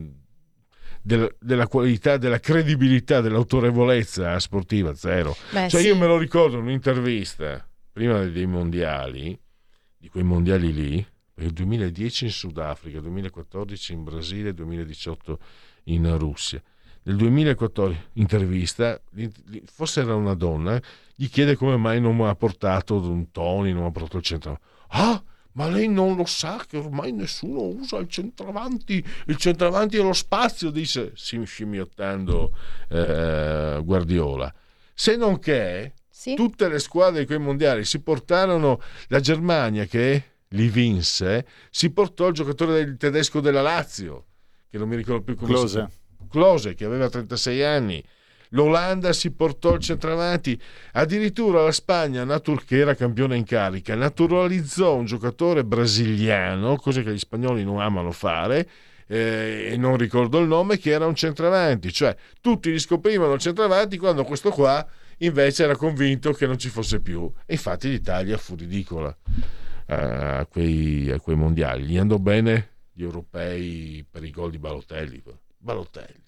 del- della qualità, della credibilità, dell'autorevolezza sportiva, zero. Beh, Cioè sì. io me lo ricordo in un'intervista prima dei mondiali, di quei mondiali lì, il duemiladieci in Sudafrica, duemilaquattordici in Brasile, duemiladiciotto in Russia. Nel duemilaquattordici, intervista, forse era una donna, gli chiede come mai non ha portato un Toni, non ha portato il centravanti. Ah, ma lei non lo sa che ormai nessuno usa il centravanti, il centravanti è lo spazio, dice scimmiottando eh, Guardiola. Se non che Sì. tutte le squadre di quei mondiali si portarono, la Germania che li vinse, si portò il giocatore del tedesco della Lazio, che non mi ricordo più come Klose. si chiama. Klose, che aveva trentasei anni. L'Olanda si portò il centravanti, addirittura la Spagna, natur- che era campione in carica, naturalizzò un giocatore brasiliano, cosa che gli spagnoli non amano fare, eh, e non ricordo il nome, che era un centravanti. Cioè tutti riscoprivano il centravanti quando questo qua invece era convinto che non ci fosse più, e infatti l'Italia fu ridicola a quei, a quei mondiali. Gli andò bene gli europei per i gol di Balotelli. Balotelli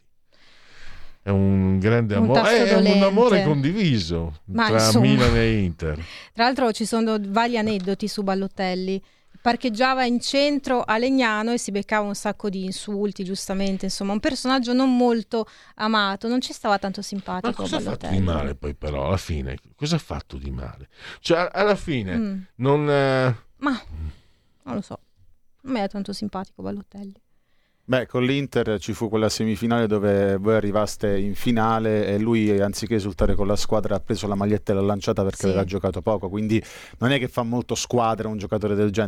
è un grande Un amore, tasto è un dolente. amore condiviso Ma tra insomma. Milan e Inter. Tra l'altro ci sono vari aneddoti su Balotelli. Parcheggiava in centro a Legnano e si beccava un sacco di insulti, giustamente, insomma, un personaggio non molto amato, non ci stava tanto simpatico. Ma cosa ha fatto Balotelli. di male poi però alla fine? Cosa ha fatto di male? Cioè alla fine Mm. non... eh, Ma non lo so, a me è tanto simpatico Balotelli. Beh, con l'Inter ci fu quella semifinale dove voi arrivaste in finale e lui, anziché esultare con la squadra, ha preso la maglietta e l'ha lanciata perché Sì. aveva giocato poco, quindi non è che fa molto squadra un giocatore del genere.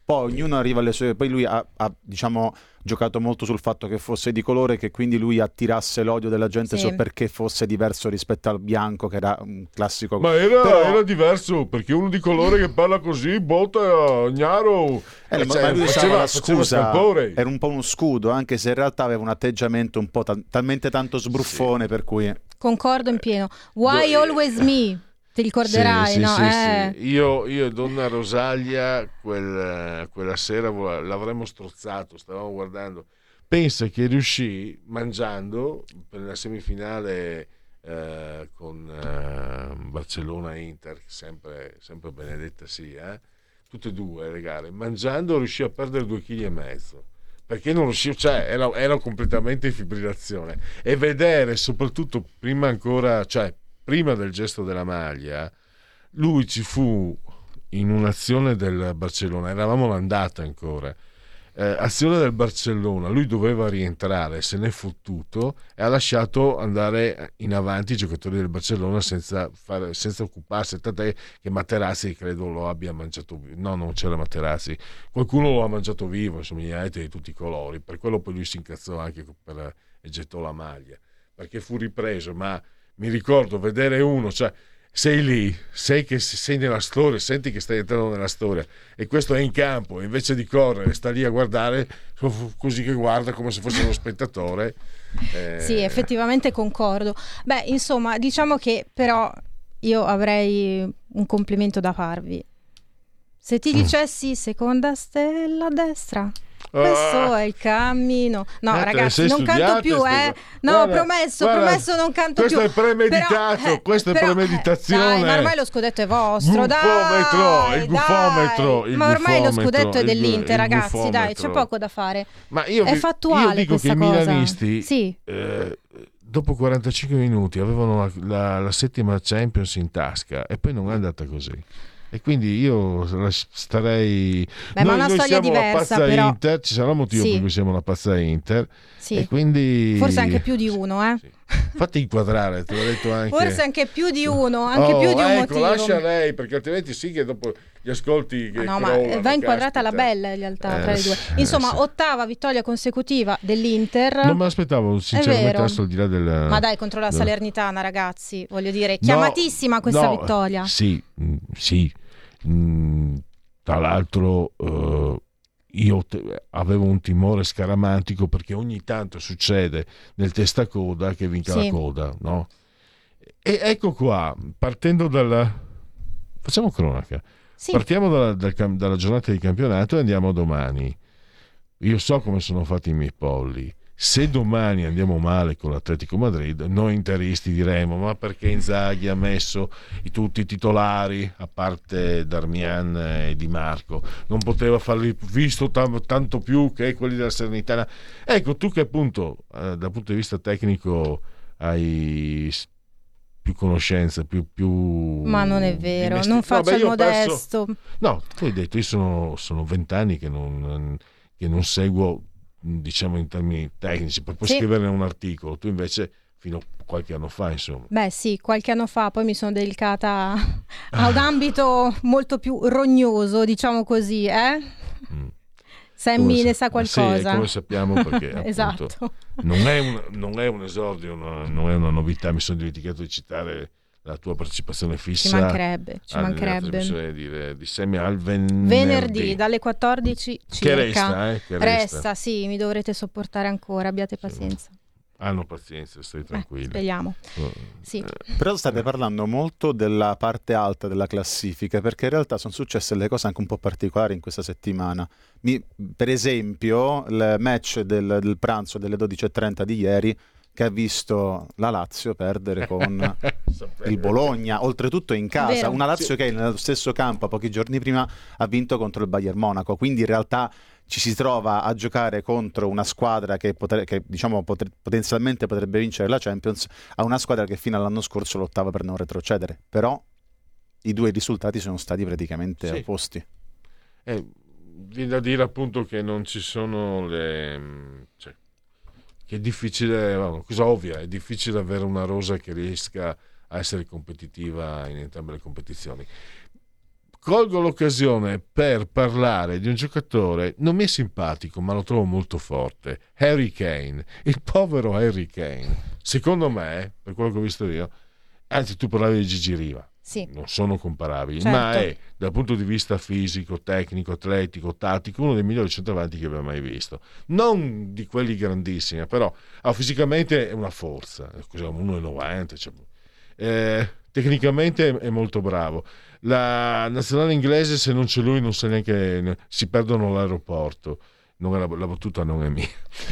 poi ognuno arriva alle sue, poi lui ha, ha diciamo giocato molto sul fatto che fosse di colore, che quindi lui attirasse l'odio della gente Sì. solo perché fosse diverso rispetto al bianco, che era un classico. Ma era, Però- era diverso, perché uno di colore che parla così, botta, gnaro, Eh, ma- cioè, ma lui usava faceva, la faceva scusa, scalpore. era un po' uno scudo, anche se in realtà aveva un atteggiamento un po' tal- talmente tanto sbruffone, per cui Concordo in pieno. Why always me? Ti ricorderai, Sì, sì, no? sì, Eh. sì. Io, io e Donna Rosalia quel- quella sera vo- l'avremmo strozzato, stavamo guardando. Pensa che riuscì, mangiando per la semifinale eh, con eh, Barcellona-Inter, sempre, sempre benedetta sia, eh, tutte e due le gare, mangiando riuscì a perdere due chili e mezzo. Perché non riuscivo, cioè era, era completamente in fibrillazione. E vedere, soprattutto prima ancora, cioè prima del gesto della maglia, lui ci fu in un'azione del Barcellona, eravamo l'andata ancora, eh, azione del Barcellona, lui doveva rientrare, se n'è fottuto e ha lasciato andare in avanti i giocatori del Barcellona senza, fare, senza occuparsi, tant'è che Materazzi credo lo abbia mangiato vivo. No, non c'era Materazzi, qualcuno lo ha mangiato vivo, insomma, gli altri di tutti i colori, per quello poi lui si incazzò anche per, e gettò la maglia, perché fu ripreso. Ma mi ricordo vedere uno, cioè sei lì, sei che sei nella storia, senti che stai entrando nella storia, e questo è in campo, invece di correre sta lì a guardare, così che guarda come se fosse uno spettatore. Eh... Sì, effettivamente concordo. Beh, insomma, diciamo che però io avrei un complimento da farvi. Se ti dicessi seconda stella a destra, questo Ah. è il cammino. No, Eh, te le ragazzi, sei non canto studiate più, ste eh. cose. No, Guarda, promesso, guarda, promesso, non canto questo più. è premeditato, Però, eh, questo è però, eh, premeditazione. dai, ma ormai lo scudetto è vostro, Gufometro, dai. il gufometro, dai. il Ma ormai lo gufometro, scudetto è il gu- dell'Inter, il ragazzi, dai, gufometro. c'è poco da fare. Ma io, È vi- fattuale io dico che questa i cosa. milanisti Sì. eh, dopo quarantacinque minuti avevano la, la, la settima Champions in tasca, e poi non è andata così. E quindi io starei. Beh, ma noi, una noi storia siamo la diversa, pazza però. Inter, ci sarà un motivo Sì. per cui siamo la pazza Inter. Sì. E quindi. Forse anche più di uno, eh. Sì. Fatti inquadrare, te l'ho detto anche. Forse anche più di uno, anche Oh, più di un ecco, motivo. lascia lei, perché altrimenti sì che dopo gli ascolti che Ah, no, ma crollano, va inquadrata la caspita. bella in realtà Eh, tra le due. eh, Insomma, sì. ottava vittoria consecutiva dell'Inter. Non me l'aspettavo sinceramente, vero. adesso al di là del. Ma dai, contro la del- Salernitana, ragazzi, voglio dire, No, chiamatissima questa no, vittoria. Sì, mm, sì. Mm, tra l'altro eh, io te- avevo un timore scaramantico, perché ogni tanto succede nel testacoda che vinca Sì. la coda, no? E ecco qua, partendo dalla. Facciamo cronaca. Sì, Partiamo dalla, dal cam- dalla giornata di campionato e andiamo a domani. Io so come sono fatti i miei polli. Se domani andiamo male con l'Atletico Madrid, noi interisti diremo: ma perché Inzaghi ha messo i, tutti i titolari, a parte Darmian e Di Marco, non poteva farli, visto tam- tanto più che quelli della Salernitana. Ecco, tu che appunto eh, dal punto di vista tecnico hai s- più conoscenza, più, più ma non è vero, dimesti- non No, faccia beh, il io ho perso- modesto. No, tu hai detto, io sono, sono vent'anni che non, che non seguo, diciamo, in termini tecnici, per poi Sì. scrivere un articolo. Tu invece fino a qualche anno fa, insomma. Beh sì, qualche anno fa poi mi sono dedicata a un ambito molto più rognoso, diciamo così, eh? Mm. Sammy Come ne sa- sa qualcosa. Sì, come sappiamo, perché appunto, Esatto. non, è un, non è un esordio, no, non è una novità. Mi sono dimenticato di citare la tua partecipazione fissa. Ci mancherebbe, ci alla mancherebbe. trasmissione di, di Sammy al venerdì. Venerdì dalle quattordici circa. Che resta, eh, che resta. Resta, sì, mi dovrete sopportare ancora, abbiate pazienza. Hanno pazienza, stai Eh, tranquilli. speriamo. Oh. Sì. Però state parlando molto della parte alta della classifica, perché in realtà sono successe delle cose anche un po' particolari in questa settimana. Mi- per esempio, il match del, del pranzo delle dodici e trenta di ieri, che ha visto la Lazio perdere con il Bologna, oltretutto in casa. Vero. Una Lazio che nello stesso campo pochi giorni prima ha vinto contro il Bayern Monaco, quindi in realtà ci si trova a giocare contro una squadra che, potre- che diciamo potre- potenzialmente potrebbe vincere la Champions, a una squadra che fino all'anno scorso lottava per non retrocedere. Però i due risultati sono stati praticamente Sì. opposti. Eh, viene da dire appunto che non ci sono le, cioè, che è difficile, no, cosa ovvia, è difficile avere una rosa che riesca a essere competitiva in entrambe le competizioni. colgo l'occasione per parlare di un giocatore, non mi è simpatico ma lo trovo molto forte, Harry Kane, il povero Harry Kane. Secondo me, per quello che ho visto io, anzi tu parlavi di Gigi Riva, sì, non sono comparabili, certo, ma è dal punto di vista fisico, tecnico, atletico, tattico uno dei migliori centravanti che abbia mai visto, non di quelli grandissimi, però ah, fisicamente è una forza, uno virgola novanta, cioè, eh, tecnicamente è molto bravo. La nazionale inglese, se non c'è lui non sa neanche, si perdono l'aeroporto. Non è la, la battuta non è mia,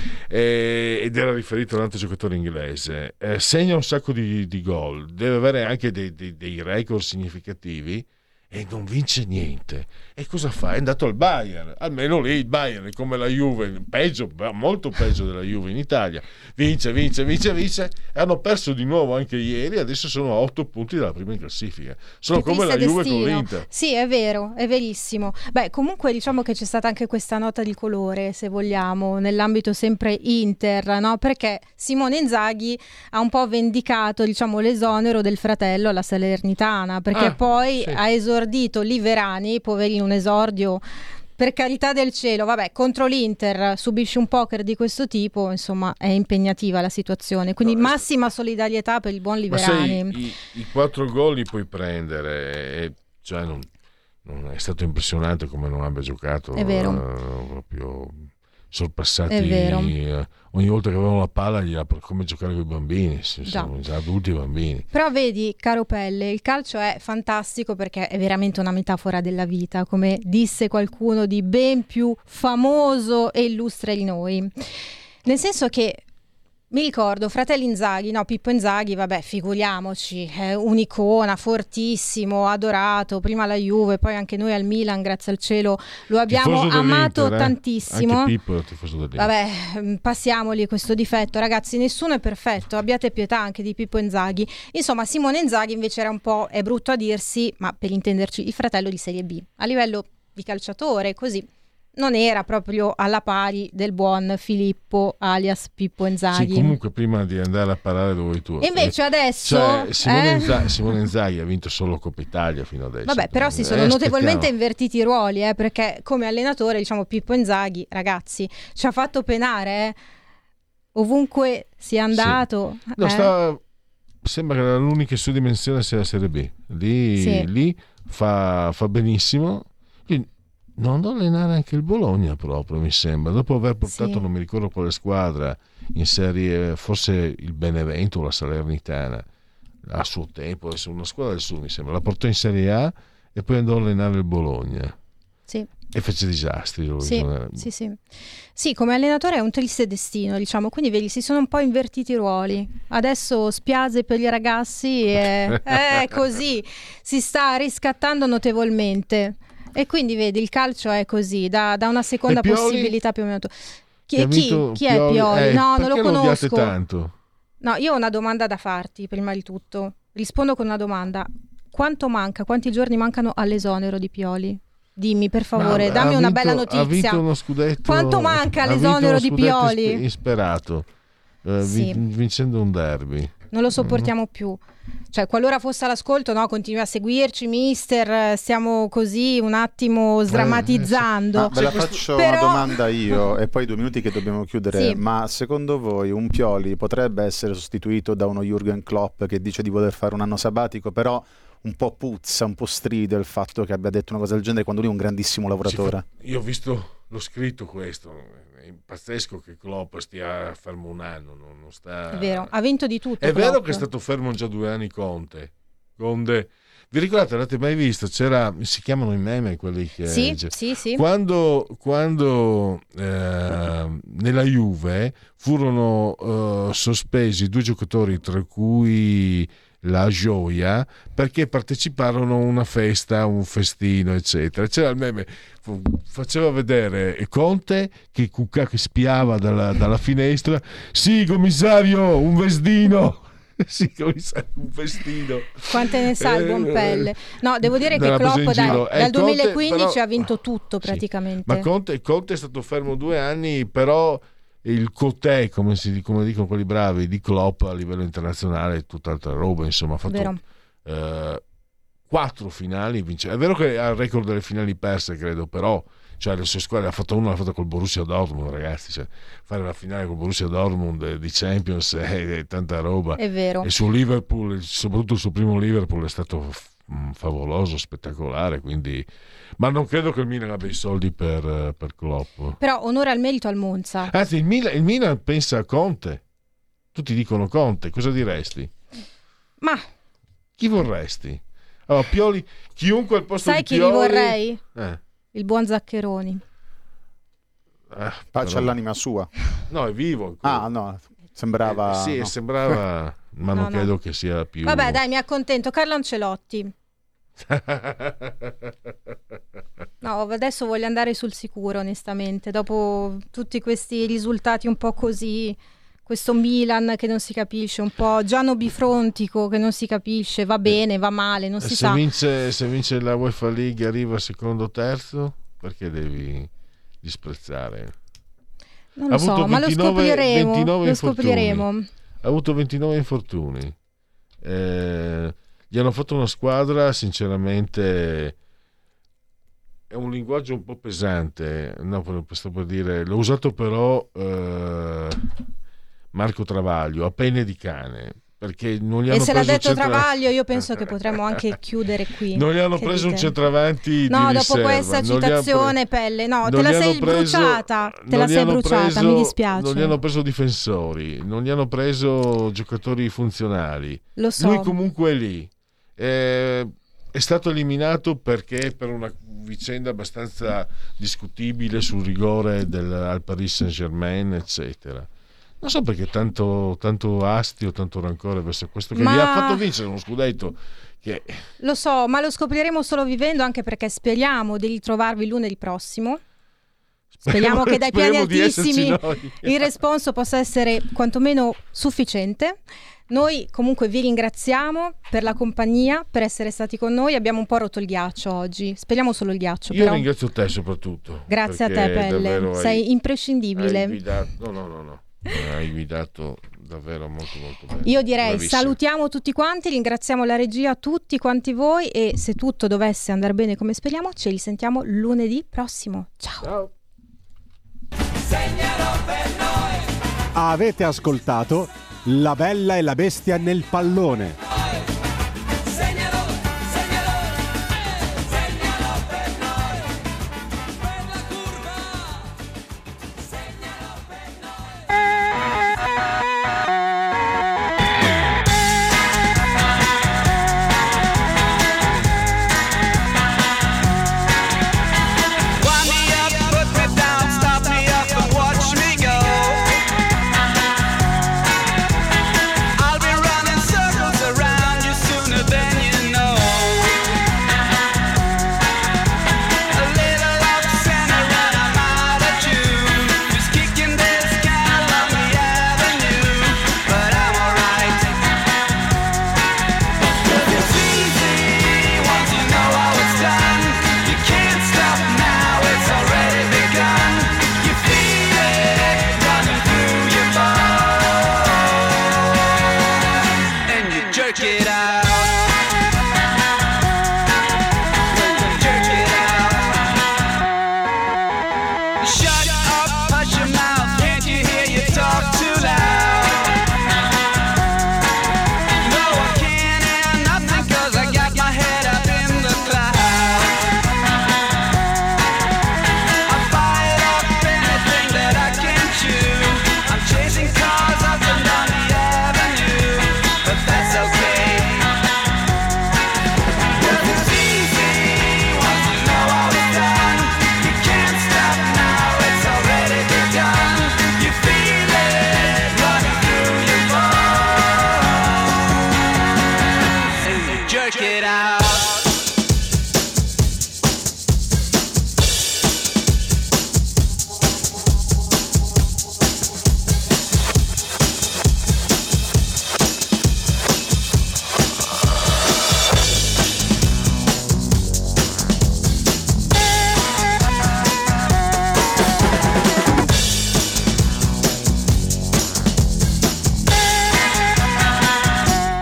e, ed era riferito a un altro giocatore inglese. Eh, segna un sacco di, di gol, deve avere anche dei, dei, dei record significativi e non vince niente. E cosa fa? È andato al Bayern, almeno lì il Bayern è come la Juve, peggio, molto peggio della Juve in Italia, vince, vince, vince, vince, e hanno perso di nuovo anche ieri, adesso sono a otto punti dalla prima in classifica, sono che come la Juve destino. con l'Inter. Sì, è vero, è verissimo. Beh, comunque diciamo che c'è stata anche questa nota di colore, se vogliamo, nell'ambito sempre Inter, no? Perché Simone Inzaghi ha un po' vendicato, diciamo, l'esonero del fratello alla Salernitana, perché Ah, poi sì. ha esordito Liverani, poverino, un esordio, per carità del cielo, vabbè, contro l'Inter subisce un poker di questo tipo, insomma è impegnativa la situazione, quindi No, massima solidarietà per il buon Ma sai, Liverani. i, i quattro gol li puoi prendere, e, cioè non, non è stato impressionante come non abbia giocato, È vero. eh, proprio sorpassati, È vero. eh, ogni volta che avevano la palla gli era come giocare con i bambini, si- Già. siamo già adulti bambini. Però vedi, caro Pelle, il calcio è fantastico perché è veramente una metafora della vita, come disse qualcuno di ben più famoso e illustre di noi. Nel senso che mi ricordo Fratelli Inzaghi, no, Pippo Inzaghi, vabbè, figuriamoci, è un'icona, fortissimo, adorato, prima alla Juve, poi anche noi al Milan, grazie al cielo, lo abbiamo Tifoso amato dell'Inter, eh? tantissimo. Anche Pippo era tifoso dell'Inter. Vabbè, passiamoli questo difetto, ragazzi, nessuno è perfetto, abbiate pietà anche di Pippo Inzaghi. Insomma, Simone Inzaghi invece era un po', è brutto a dirsi, ma per intenderci, il fratello di Serie B. A livello di calciatore, così, non era proprio alla pari del buon Filippo alias Pippo Inzaghi. Sì, comunque prima di andare a parlare dove vuoi tu. E invece adesso... Cioè, Simone, eh? Inzaghi, Simone Inzaghi ha vinto solo Coppa Italia fino adesso. Vabbè, però si Eh, sono notevolmente aspettiamo. invertiti i ruoli, eh, perché come allenatore, diciamo, Pippo Inzaghi, ragazzi, ci ha fatto penare, eh. Ovunque sia andato. No, eh. sta, sembra che l'unica sua dimensione sia la Serie B. Lì, Sì. lì fa, fa benissimo. Lì non andò a allenare anche il Bologna proprio, mi sembra. Dopo aver portato, Sì. non mi ricordo quale squadra, in serie, forse il Benevento o la Salernitana, a suo tempo, adesso una squadra del Sud, mi sembra. La portò in Serie A e poi andò a allenare il Bologna. Sì. E fece disastri. Lui, Sì, insomma. sì, sì. Sì, come allenatore è un triste destino, diciamo, quindi vedi, si sono un po' invertiti i ruoli. Adesso spiazze per i ragazzi e è così, si sta riscattando notevolmente. E quindi vedi, il calcio è così, da, da una seconda E Pioli? possibilità più o meno. Chi, Che ha chi, vinto chi è Pioli? Eh, No, non lo perché odiate conosco. tanto? No, io ho una domanda da farti, prima di tutto. Rispondo con una domanda. Quanto manca, quanti giorni mancano all'esonero di Pioli? Dimmi, per favore, Ma dammi ha una vinto- bella Ha notizia. vinto uno scudetto. Quanto manca ha vinto l'esonero uno di scudetto Pioli? ispe- Isperato, eh, Sì. vin- vincendo un derby. Non lo sopportiamo più. Cioè, qualora fosse all'ascolto, no, continui a seguirci, mister, stiamo così un attimo sdrammatizzando. Ma ve la Sì, questo- faccio Però- una domanda io e poi due minuti che dobbiamo chiudere. Sì. Ma secondo voi un Pioli potrebbe essere sostituito da uno Jürgen Klopp che dice di voler fare un anno sabbatico, però un po' puzza, un po' stride il fatto che abbia detto una cosa del genere quando lui è un grandissimo lavoratore? Si fa- Io ho visto, l'ho scritto questo. È pazzesco che Klopp stia fermo un anno. Non, non sta... È vero, ha vinto di tutto. È vero Klopp. che è stato fermo già due anni Conte. Conte. Vi ricordate, l'avete mai visto? C'era, si chiamano i meme quelli che... Sì, sì, sì. Quando, quando eh, nella Juve furono eh, sospesi due giocatori, tra cui la Gioia, perché parteciparono a una festa, un festino, eccetera. C'era il meme, fu- faceva vedere Conte che, cucca, che spiava dalla, dalla finestra. Sì, commissario, un vestino. Sì, commissario, un vestino. Quante ne sa il buon Eh, Pelle? No, devo dire che dalla presa Klopp in dai, giro. Eh, dal Conte, duemilaquindici però- ha vinto tutto Sì. praticamente. Ma Conte, Conte è stato fermo due anni, però il cotè, come, si, come dicono quelli bravi, di Klopp a livello internazionale è tutt'altra roba, insomma, ha fatto, Vero. eh, quattro finali vince. È vero che ha il record delle finali perse, credo, però cioè le sue squadre ha fatto una, l'ha fatta col Borussia Dortmund, ragazzi, cioè, fare la finale col Borussia Dortmund eh, di Champions è, è tanta roba. È vero. E su Liverpool, soprattutto il suo primo Liverpool è stato f- favoloso, spettacolare, quindi ma non credo che il Milan abbia i soldi per, per Klopp. Però onore al merito al Monza. Anzi, il Milan, il Milan pensa a Conte. Tutti dicono Conte, cosa diresti? Ma Chi vorresti? Allora, Pioli, chiunque al posto sai di chi Pioli... vi vorrei? Eh. Il buon Zaccheroni. Ah, Pace però- all'anima sua. No, è vivo ancora. Ah, no, sembrava... Eh, sì, no. sembrava, ma non No, no. credo che sia più... Vabbè, dai, mi accontento. Carlo Ancelotti. No, adesso voglio andare sul sicuro, onestamente. Dopo tutti questi risultati un po' così, questo Milan che non si capisce, un po' Gianno Bifrontico che non si capisce, va bene, va male, non si se sa. vince, se vince la UEFA League arriva secondo o terzo, perché devi disprezzare? Non Ha lo so, avuto ma lo ventinove scopriremo. ventinove Lo infortuni. scopriremo. Ha avuto ventinove infortuni. Eh, gli hanno fatto una squadra, sinceramente è un linguaggio un po' pesante, no, per- sto per dire, l'ho usato però eh, Marco Travaglio a penne di cane, perché non gli E hanno se l'ha preso il detto centra- Travaglio, io penso che potremmo anche chiudere qui. Non gli hanno Che preso un dite? centravanti No, di dopo riserva. questa Non gli hanno citazione, pre- Pelle, no, non te la gli hanno sei preso- bruciata, te non la gli sei hanno bruciata, preso- mi dispiace. Non gli hanno preso difensori, non gli hanno preso giocatori funzionali. Lo so. Lui comunque è lì. Eh, è stato eliminato perché per una vicenda abbastanza discutibile sul rigore del, al Paris Saint-Germain, eccetera. Non so perché tanto, tanto astio, tanto rancore verso questo che Ma- gli ha fatto vincere uno scudetto che Lo so, ma lo scopriremo solo vivendo, anche perché speriamo di ritrovarvi lunedì prossimo. Speriamo che dai piani speriamo di esserci altissimi noi. il responso possa essere quantomeno sufficiente. Noi comunque vi ringraziamo per la compagnia, per essere stati con noi. Abbiamo un po' rotto il ghiaccio oggi. Speriamo solo il ghiaccio, Io però. ringrazio te soprattutto. Grazie a te, perché Pelle. davvero Sei hai- imprescindibile. hai guidato, no, no, no, no. Hai guidato davvero molto molto bene. Io direi Bravissima. salutiamo tutti quanti, ringraziamo la regia, tutti quanti voi, e se tutto dovesse andare bene come speriamo, ci risentiamo lunedì prossimo. Ciao. Ciao. Avete ascoltato La Bella e la Bestia nel pallone.